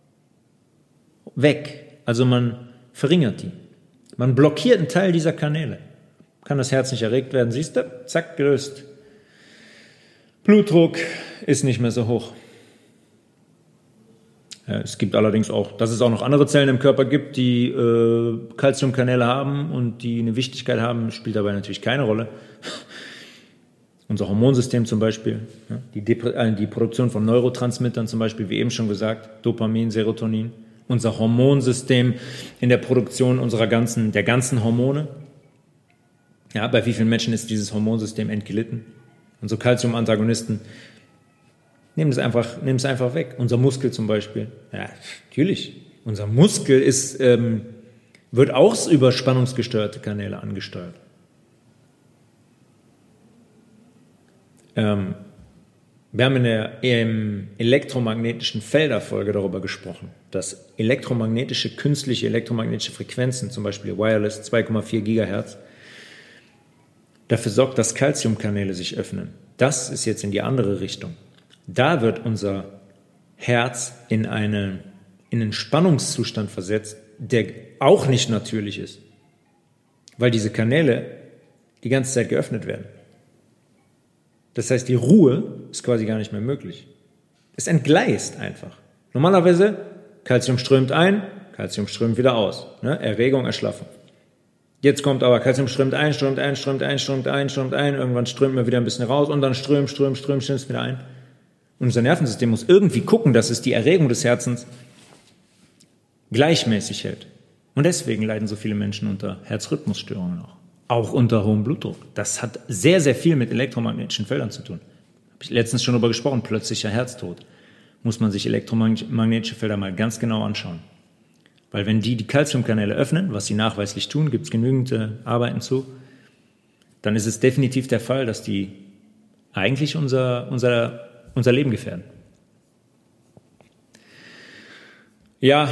weg. Also man verringert die. Man blockiert einen Teil dieser Kanäle. Kann das Herz nicht erregt werden, siehst du? Zack, gelöst. Blutdruck ist nicht mehr so hoch. Es gibt allerdings auch, dass es auch noch andere Zellen im Körper gibt, die Calciumkanäle haben und die eine Wichtigkeit haben, spielt dabei natürlich keine Rolle. Unser Hormonsystem zum Beispiel, die Produktion von Neurotransmittern zum Beispiel, wie eben schon gesagt, Dopamin, Serotonin. Unser Hormonsystem in der Produktion der ganzen Hormone. Ja, bei wie vielen Menschen ist dieses Hormonsystem entglitten? Und so Calcium-Antagonisten nehmen es einfach weg. Unser Muskel zum Beispiel. Ja, natürlich. Unser Muskel wird auch über spannungsgesteuerte Kanäle angesteuert. Wir haben in der elektromagnetischen Felderfolge darüber gesprochen, dass künstliche elektromagnetische Frequenzen, zum Beispiel Wireless 2,4 Gigahertz, dafür sorgt, dass Calciumkanäle sich öffnen. Das ist jetzt in die andere Richtung. Da wird unser Herz in einen Spannungszustand versetzt, der auch nicht natürlich ist, weil diese Kanäle die ganze Zeit geöffnet werden. Das heißt, die Ruhe ist quasi gar nicht mehr möglich. Es entgleist einfach. Normalerweise, Calcium strömt ein, Calcium strömt wieder aus. Ne? Erregung, Erschlaffung. Jetzt kommt aber Calcium strömt ein, irgendwann strömt man wieder ein bisschen raus und dann strömt es wieder ein. Und unser Nervensystem muss irgendwie gucken, dass es die Erregung des Herzens gleichmäßig hält. Und deswegen leiden so viele Menschen unter Herzrhythmusstörungen auch unter hohem Blutdruck. Das hat sehr, sehr viel mit elektromagnetischen Feldern zu tun. Habe ich letztens schon darüber gesprochen, plötzlicher Herztod. Muss man sich elektromagnetische Felder mal ganz genau anschauen. Weil wenn die Calciumkanäle öffnen, was sie nachweislich tun, gibt es genügend Arbeiten zu, dann ist es definitiv der Fall, dass die eigentlich unser Leben gefährden. Ja,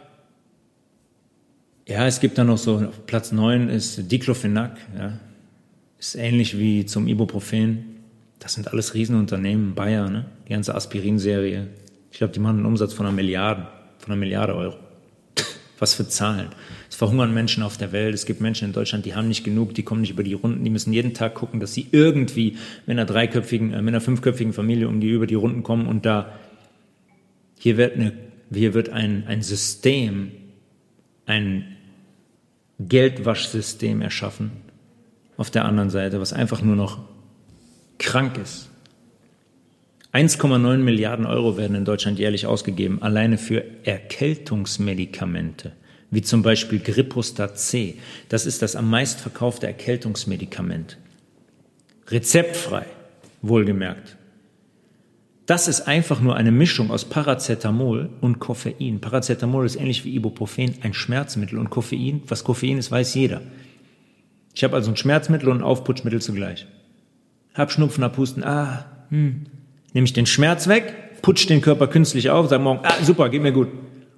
es gibt dann noch so, auf Platz 9 ist Diclofenac, ja. Ist ähnlich wie zum Ibuprofen. Das sind alles Riesenunternehmen, Bayer, ne? Die ganze Aspirin-Serie. Ich glaube, die machen einen Umsatz von einer Milliarde Euro. Was für Zahlen. Es verhungern Menschen auf der Welt. Es gibt Menschen in Deutschland, die haben nicht genug, die kommen nicht über die Runden. Die müssen jeden Tag gucken, dass sie irgendwie mit einer 5-köpfigen Familie über die Runden kommen. Und hier wird ein System, ein Geldwaschsystem erschaffen auf der anderen Seite, was einfach nur noch krank ist. 1,9 Milliarden Euro werden in Deutschland jährlich ausgegeben, alleine für Erkältungsmedikamente, wie zum Beispiel Gripostat C. Das ist das am meist verkaufte Erkältungsmedikament. Rezeptfrei, wohlgemerkt. Das ist einfach nur eine Mischung aus Paracetamol und Koffein. Paracetamol ist ähnlich wie Ibuprofen ein Schmerzmittel und Koffein, was Koffein ist, weiß jeder. Ich habe also ein Schmerzmittel und ein Aufputschmittel zugleich. Hab Schnupfen, hab Husten, nehme ich den Schmerz weg, putsch den Körper künstlich auf, sag morgen, super, geht mir gut.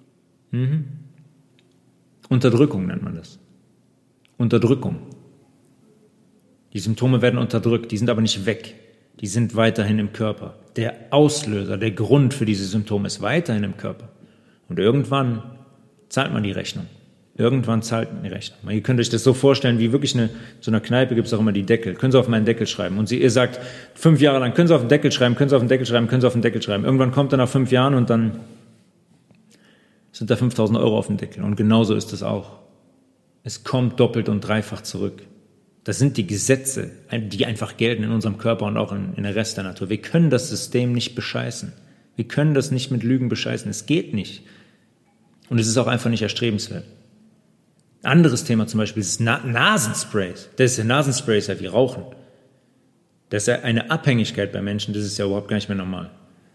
Unterdrückung nennt man das. Unterdrückung. Die Symptome werden unterdrückt, die sind aber nicht weg. Die sind weiterhin im Körper. Der Auslöser, der Grund für diese Symptome ist weiterhin im Körper. Und irgendwann zahlt man die Rechnung. Irgendwann zahlt man die Rechnung. Ihr könnt euch das so vorstellen, wie wirklich so einer Kneipe gibt es auch immer die Deckel. Können Sie auf meinen Deckel schreiben. Und ihr sagt 5 Jahre lang, können Sie auf den Deckel schreiben, können Sie auf den Deckel schreiben, können Sie auf den Deckel schreiben. Irgendwann kommt er nach 5 Jahren und dann sind da 5.000 Euro auf dem Deckel. Und genauso ist es auch. Es kommt doppelt und dreifach zurück. Das sind die Gesetze, die einfach gelten in unserem Körper und auch in der Rest der Natur. Wir können das System nicht bescheißen. Wir können das nicht mit Lügen bescheißen. Es geht nicht. Und es ist auch einfach nicht erstrebenswert. Anderes Thema zum Beispiel ist Nasensprays. Nasenspray ist ja wie Rauchen. Das ist ja eine Abhängigkeit bei Menschen, das ist ja überhaupt gar nicht mehr normal.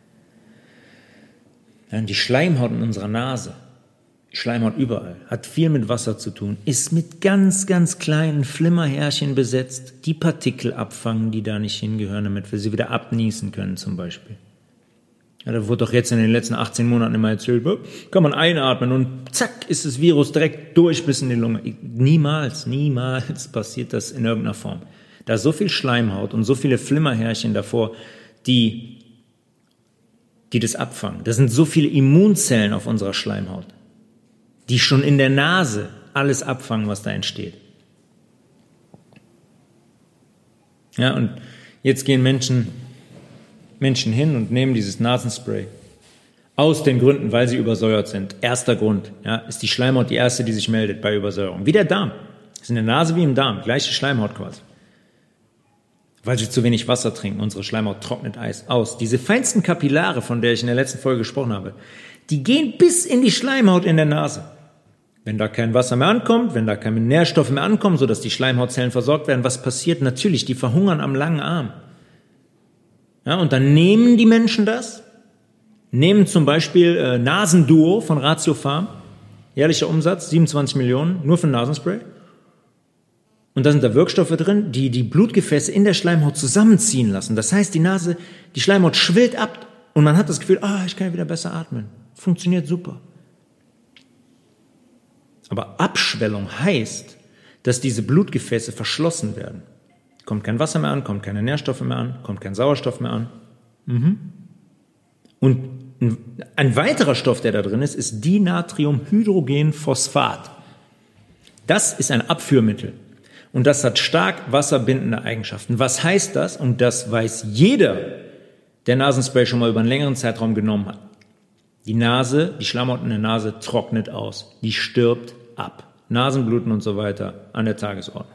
Die Schleimhaut in unserer Nase, die Schleimhaut überall, hat viel mit Wasser zu tun, ist mit ganz, ganz kleinen Flimmerhärchen besetzt, die Partikel abfangen, die da nicht hingehören, damit wir sie wieder abniesen können zum Beispiel. Ja, da wurde doch jetzt in den letzten 18 Monaten immer erzählt, kann man einatmen und zack ist das Virus direkt durch bis in die Lunge. Niemals passiert das in irgendeiner Form. Da ist so viel Schleimhaut und so viele Flimmerhärchen davor, die das abfangen. Da sind so viele Immunzellen auf unserer Schleimhaut, die schon in der Nase alles abfangen, was da entsteht. Ja, und jetzt gehen Menschen hin und nehmen dieses Nasenspray. Aus den Gründen, weil sie übersäuert sind. Erster Grund, ja, ist die Schleimhaut die erste, die sich meldet bei Übersäuerung. Wie der Darm. Das ist in der Nase wie im Darm, gleiche Schleimhaut quasi. Weil sie zu wenig Wasser trinken, unsere Schleimhaut trocknet Eis aus. Diese feinsten Kapillare, von der ich in der letzten Folge gesprochen habe, die gehen bis in die Schleimhaut in der Nase. Wenn da kein Wasser mehr ankommt, wenn da keine Nährstoffe mehr ankommen, sodass die Schleimhautzellen versorgt werden, was passiert? Natürlich, die verhungern am langen Arm. Ja, und dann nehmen die Menschen das, nehmen zum Beispiel Nasenduo von Ratiopharm, jährlicher Umsatz, 27 Millionen, nur für Nasenspray. Und da sind da Wirkstoffe drin, die die Blutgefäße in der Schleimhaut zusammenziehen lassen. Das heißt, die Schleimhaut schwillt ab und man hat das Gefühl, ich kann wieder besser atmen. Funktioniert super. Aber Abschwellung heißt, dass diese Blutgefäße verschlossen werden. Kommt kein Wasser mehr an, kommt keine Nährstoffe mehr an, kommt kein Sauerstoff mehr an. Und ein weiterer Stoff, der da drin ist Dinatriumhydrogenphosphat. Das ist ein Abführmittel. Und das hat stark wasserbindende Eigenschaften. Was heißt das? Und das weiß jeder, der Nasenspray schon mal über einen längeren Zeitraum genommen hat. Die Schleimhaut in der Nase trocknet aus. Die stirbt ab. Nasenbluten und so weiter an der Tagesordnung.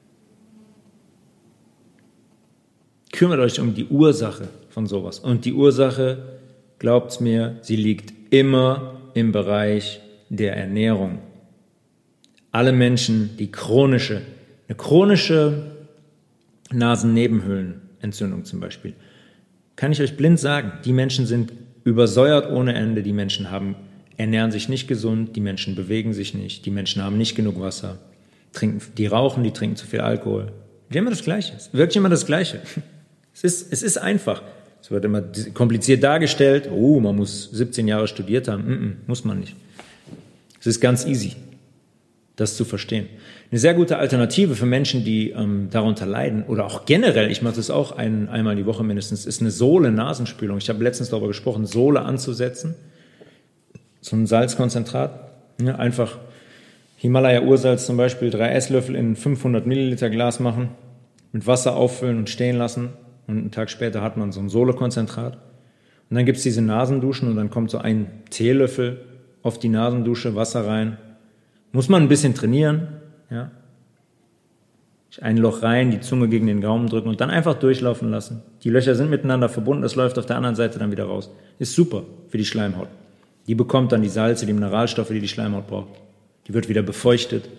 Kümmert euch um die Ursache von sowas. Und die Ursache, glaubt's mir, sie liegt immer im Bereich der Ernährung. Alle Menschen, die eine chronische Nasennebenhöhlenentzündung zum Beispiel, kann ich euch blind sagen, die Menschen sind übersäuert ohne Ende, die Menschen ernähren sich nicht gesund, die Menschen bewegen sich nicht, die Menschen haben nicht genug Wasser, die rauchen, die trinken zu viel Alkohol. Immer das Gleiche. Es ist wirklich immer das Gleiche. Es ist einfach. Es wird immer kompliziert dargestellt. Man muss 17 Jahre studiert haben. Muss man nicht. Es ist ganz easy, das zu verstehen. Eine sehr gute Alternative für Menschen, die darunter leiden oder auch generell, ich mache das auch einmal die Woche mindestens, ist eine Sohle-Nasenspülung. Ich habe letztens darüber gesprochen, Sohle anzusetzen. So ein Salzkonzentrat. Ja, einfach Himalaya-Ursalz zum Beispiel, 3 Esslöffel in 500 Milliliter Glas machen, mit Wasser auffüllen und stehen lassen. Und einen Tag später hat man so ein Sohle-Konzentrat. Und dann gibt es diese Nasenduschen und dann kommt so ein Teelöffel auf die Nasendusche, Wasser rein. Muss man ein bisschen trainieren, ja. Ein Loch rein, die Zunge gegen den Gaumen drücken und dann einfach durchlaufen lassen. Die Löcher sind miteinander verbunden, das läuft auf der anderen Seite dann wieder raus. Ist super für die Schleimhaut. Die bekommt dann die Salze, die Mineralstoffe, die die Schleimhaut braucht. Die wird wieder befeuchtet.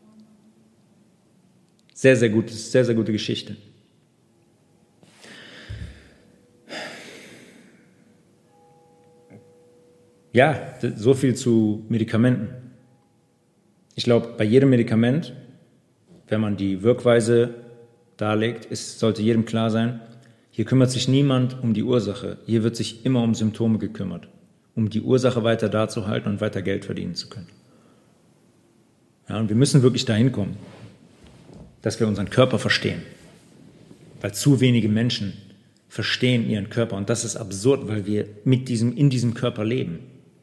Sehr, sehr gute Geschichte. Ja, so viel zu Medikamenten. Ich glaube, bei jedem Medikament, wenn man die Wirkweise darlegt, sollte jedem klar sein, hier kümmert sich niemand um die Ursache. Hier wird sich immer um Symptome gekümmert, um die Ursache weiter da zu halten und weiter Geld verdienen zu können. Ja, und wir müssen wirklich dahin kommen, dass wir unseren Körper verstehen. Weil zu wenige Menschen verstehen ihren Körper. Und das ist absurd, weil wir in diesem Körper leben.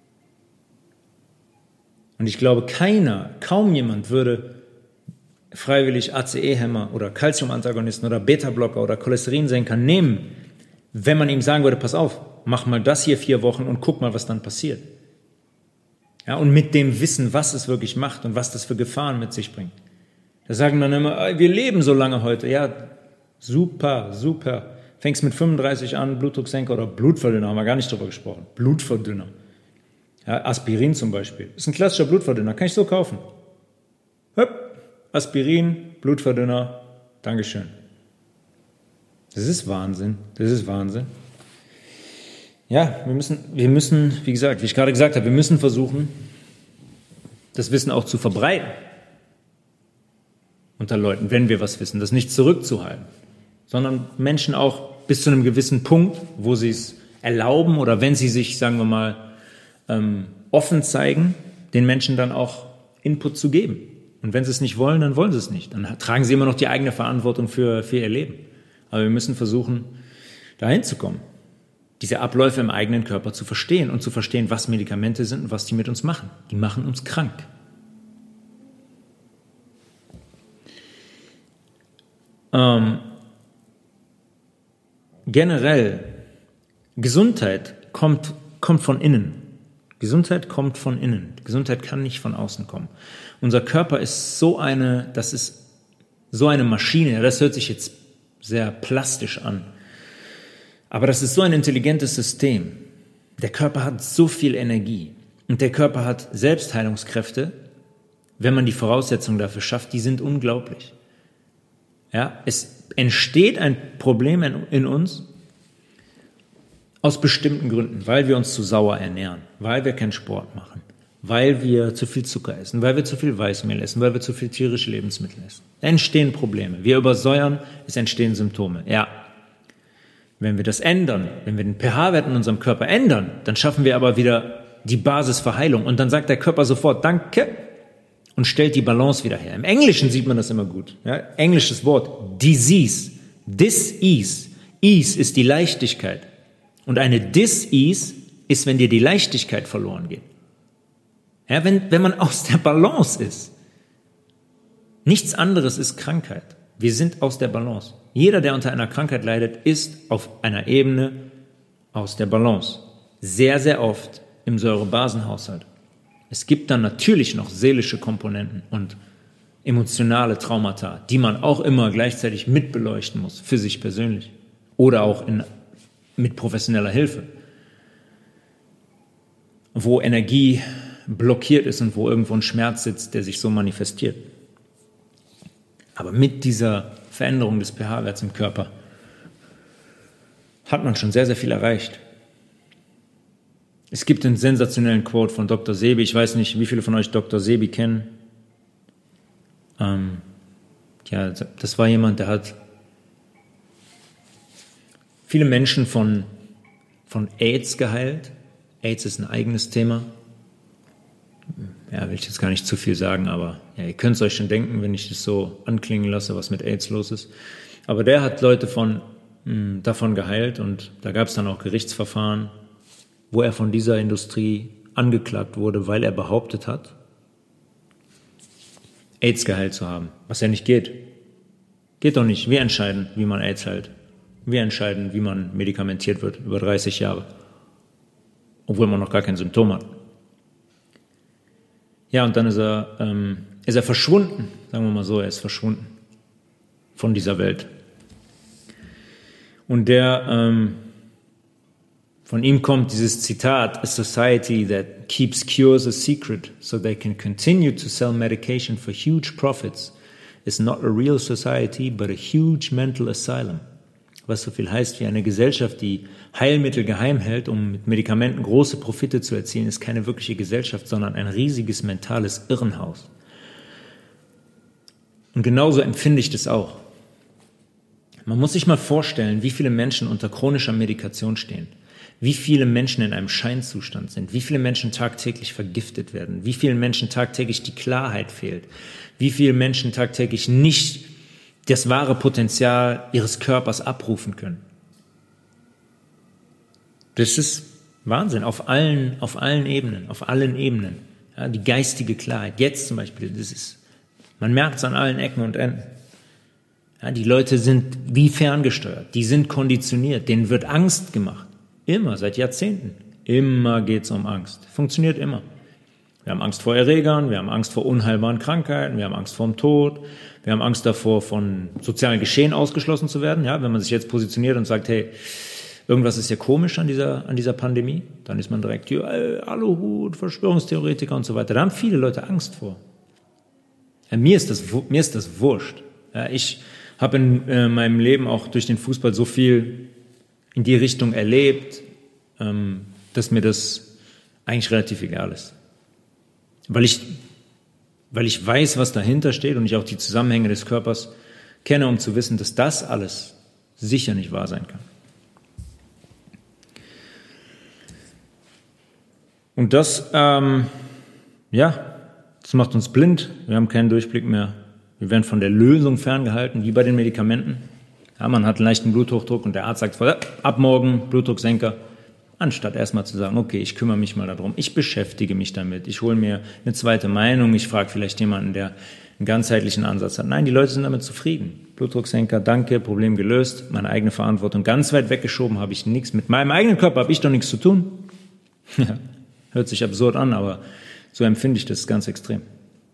Und ich glaube, kaum jemand würde freiwillig ACE-Hämmer oder Calcium-Antagonisten oder Beta-Blocker oder Cholesterinsenker nehmen, wenn man ihm sagen würde, pass auf, mach mal das hier 4 Wochen und guck mal, was dann passiert. Ja, und mit dem Wissen, was es wirklich macht und was das für Gefahren mit sich bringt. Da sagen dann immer, wir leben so lange heute. Ja, super. Fängst mit 35 an, Blutdrucksenker oder Blutverdünner, haben wir gar nicht drüber gesprochen. Blutverdünner. Ja, Aspirin zum Beispiel. Ist ein klassischer Blutverdünner, kann ich so kaufen. Höpp, Aspirin, Blutverdünner, Dankeschön. Das ist Wahnsinn. Ja, wir müssen, wie gesagt, wie ich gerade gesagt habe, wir müssen versuchen, das Wissen auch zu verbreiten unter Leuten, wenn wir was wissen, das nicht zurückzuhalten, sondern Menschen auch bis zu einem gewissen Punkt, wo sie es erlauben oder wenn sie sich, sagen wir mal, offen zeigen, den Menschen dann auch Input zu geben. Und wenn sie es nicht wollen, dann wollen sie es nicht. Dann tragen sie immer noch die eigene Verantwortung für ihr Leben. Aber wir müssen versuchen, dahin zu kommen, diese Abläufe im eigenen Körper zu verstehen und zu verstehen, was Medikamente sind und was die mit uns machen. Die machen uns krank. Generell, Gesundheit kommt von innen. Gesundheit kommt von innen. Gesundheit kann nicht von außen kommen. Unser Körper ist so eine Maschine. Das hört sich jetzt sehr plastisch an. Aber das ist so ein intelligentes System. Der Körper hat so viel Energie. Und der Körper hat Selbstheilungskräfte, wenn man die Voraussetzungen dafür schafft, die sind unglaublich. Ja, es entsteht ein Problem in uns, aus bestimmten Gründen, weil wir uns zu sauer ernähren, weil wir keinen Sport machen, weil wir zu viel Zucker essen, weil wir zu viel Weißmehl essen, weil wir zu viel tierische Lebensmittel essen. Da entstehen Probleme. Wir übersäuern, es entstehen Symptome. Ja, wenn wir das ändern, wenn wir den pH-Wert in unserem Körper ändern, dann schaffen wir aber wieder die Basis für Heilung. Und dann sagt der Körper sofort Danke und stellt die Balance wieder her. Im Englischen sieht man das immer gut. Ja? Englisches Wort, disease, dis-ease. Ease ist die Leichtigkeit. Und eine Dis-Ease ist, wenn dir die Leichtigkeit verloren geht. Ja, wenn man aus der Balance ist. Nichts anderes ist Krankheit. Wir sind aus der Balance. Jeder, der unter einer Krankheit leidet, ist auf einer Ebene aus der Balance. Sehr, sehr oft im Säurebasenhaushalt. Es gibt dann natürlich noch seelische Komponenten und emotionale Traumata, die man auch immer gleichzeitig mitbeleuchten muss, für sich persönlich. Oder auch mit professioneller Hilfe, wo Energie blockiert ist und wo irgendwo ein Schmerz sitzt, der sich so manifestiert. Aber mit dieser Veränderung des pH-Werts im Körper hat man schon sehr, sehr viel erreicht. Es gibt einen sensationellen Quote von Dr. Sebi. Ich weiß nicht, wie viele von euch Dr. Sebi kennen. Das war jemand, der hat viele Menschen von AIDS geheilt. AIDS ist ein eigenes Thema. Ja, will ich jetzt gar nicht zu viel sagen, aber ja, ihr könnt es euch schon denken, wenn ich das so anklingen lasse, was mit AIDS los ist. Aber der hat Leute davon geheilt und da gab es dann auch Gerichtsverfahren, wo er von dieser Industrie angeklagt wurde, weil er behauptet hat, AIDS geheilt zu haben, was ja nicht geht. Geht doch nicht. Wir entscheiden, wie man AIDS heilt. Wir entscheiden, wie man medikamentiert wird über 30 Jahre, obwohl man noch gar kein Symptom hat. Ja, und dann ist er verschwunden, sagen wir mal so, er ist verschwunden von dieser Welt. Und von ihm kommt dieses Zitat: A society that keeps cures a secret so they can continue to sell medication for huge profits is not a real society, but a huge mental asylum. Was so viel heißt wie eine Gesellschaft, die Heilmittel geheim hält, um mit Medikamenten große Profite zu erzielen, ist keine wirkliche Gesellschaft, sondern ein riesiges mentales Irrenhaus. Und genauso empfinde ich das auch. Man muss sich mal vorstellen, wie viele Menschen unter chronischer Medikation stehen, wie viele Menschen in einem Scheinzustand sind, wie viele Menschen tagtäglich vergiftet werden, wie vielen Menschen tagtäglich die Klarheit fehlt, wie viele Menschen tagtäglich nicht das wahre Potenzial ihres Körpers abrufen können. Das ist Wahnsinn, auf allen Ebenen, auf allen Ebenen. Ja, die geistige Klarheit, jetzt zum Beispiel, man merkt es an allen Ecken und Enden. Ja, die Leute sind wie ferngesteuert, die sind konditioniert, denen wird Angst gemacht. Immer, seit Jahrzehnten. Immer geht es um Angst. Funktioniert immer. Wir haben Angst vor Erregern, wir haben Angst vor unheilbaren Krankheiten, wir haben Angst vor dem Tod, wir haben Angst davor, von sozialen Geschehen ausgeschlossen zu werden. Ja, wenn man sich jetzt positioniert und sagt, hey, irgendwas ist ja komisch an dieser Pandemie, dann ist man direkt hier, Aluhut, Verschwörungstheoretiker und so weiter. Da haben viele Leute Angst vor. Ja, mir ist das wurscht. Ja, ich habe in meinem Leben auch durch den Fußball so viel in die Richtung erlebt, dass mir das eigentlich relativ egal ist. Weil ich weiß, was dahinter steht und ich auch die Zusammenhänge des Körpers kenne, um zu wissen, dass das alles sicher nicht wahr sein kann. Und das macht uns blind. Wir haben keinen Durchblick mehr. Wir werden von der Lösung ferngehalten, wie bei den Medikamenten. Ja, man hat einen leichten Bluthochdruck und der Arzt sagt, ab morgen Blutdrucksenker. Anstatt erstmal zu sagen, okay, ich kümmere mich mal darum, ich beschäftige mich damit, ich hole mir eine zweite Meinung, ich frage vielleicht jemanden, der einen ganzheitlichen Ansatz hat. Nein, die Leute sind damit zufrieden. Blutdrucksenker, danke, Problem gelöst, meine eigene Verantwortung ganz weit weggeschoben, habe ich nichts. Mit meinem eigenen Körper habe ich doch nichts zu tun. Ja, hört sich absurd an, aber so empfinde ich das ganz extrem.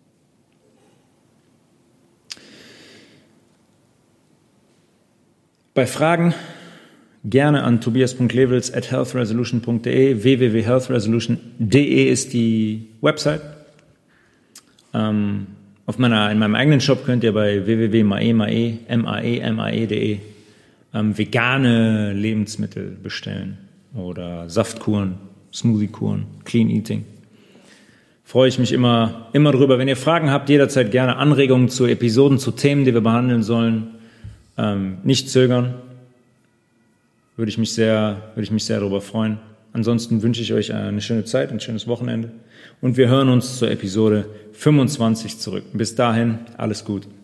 Bei Fragen gerne an tobias.levels@healthresolution.de. www.healthresolution.de ist die Website. In meinem eigenen Shop könnt ihr bei www.mae.de vegane Lebensmittel bestellen oder Saftkuren, Smoothiekuren, Clean Eating. Freue ich mich immer drüber. Wenn ihr Fragen habt, jederzeit gerne Anregungen zu Episoden, zu Themen, die wir behandeln sollen. Nicht zögern. Würde ich mich sehr darüber freuen. Ansonsten wünsche ich euch eine schöne Zeit, ein schönes Wochenende. Und wir hören uns zur Episode 25 zurück. Bis dahin, alles gut.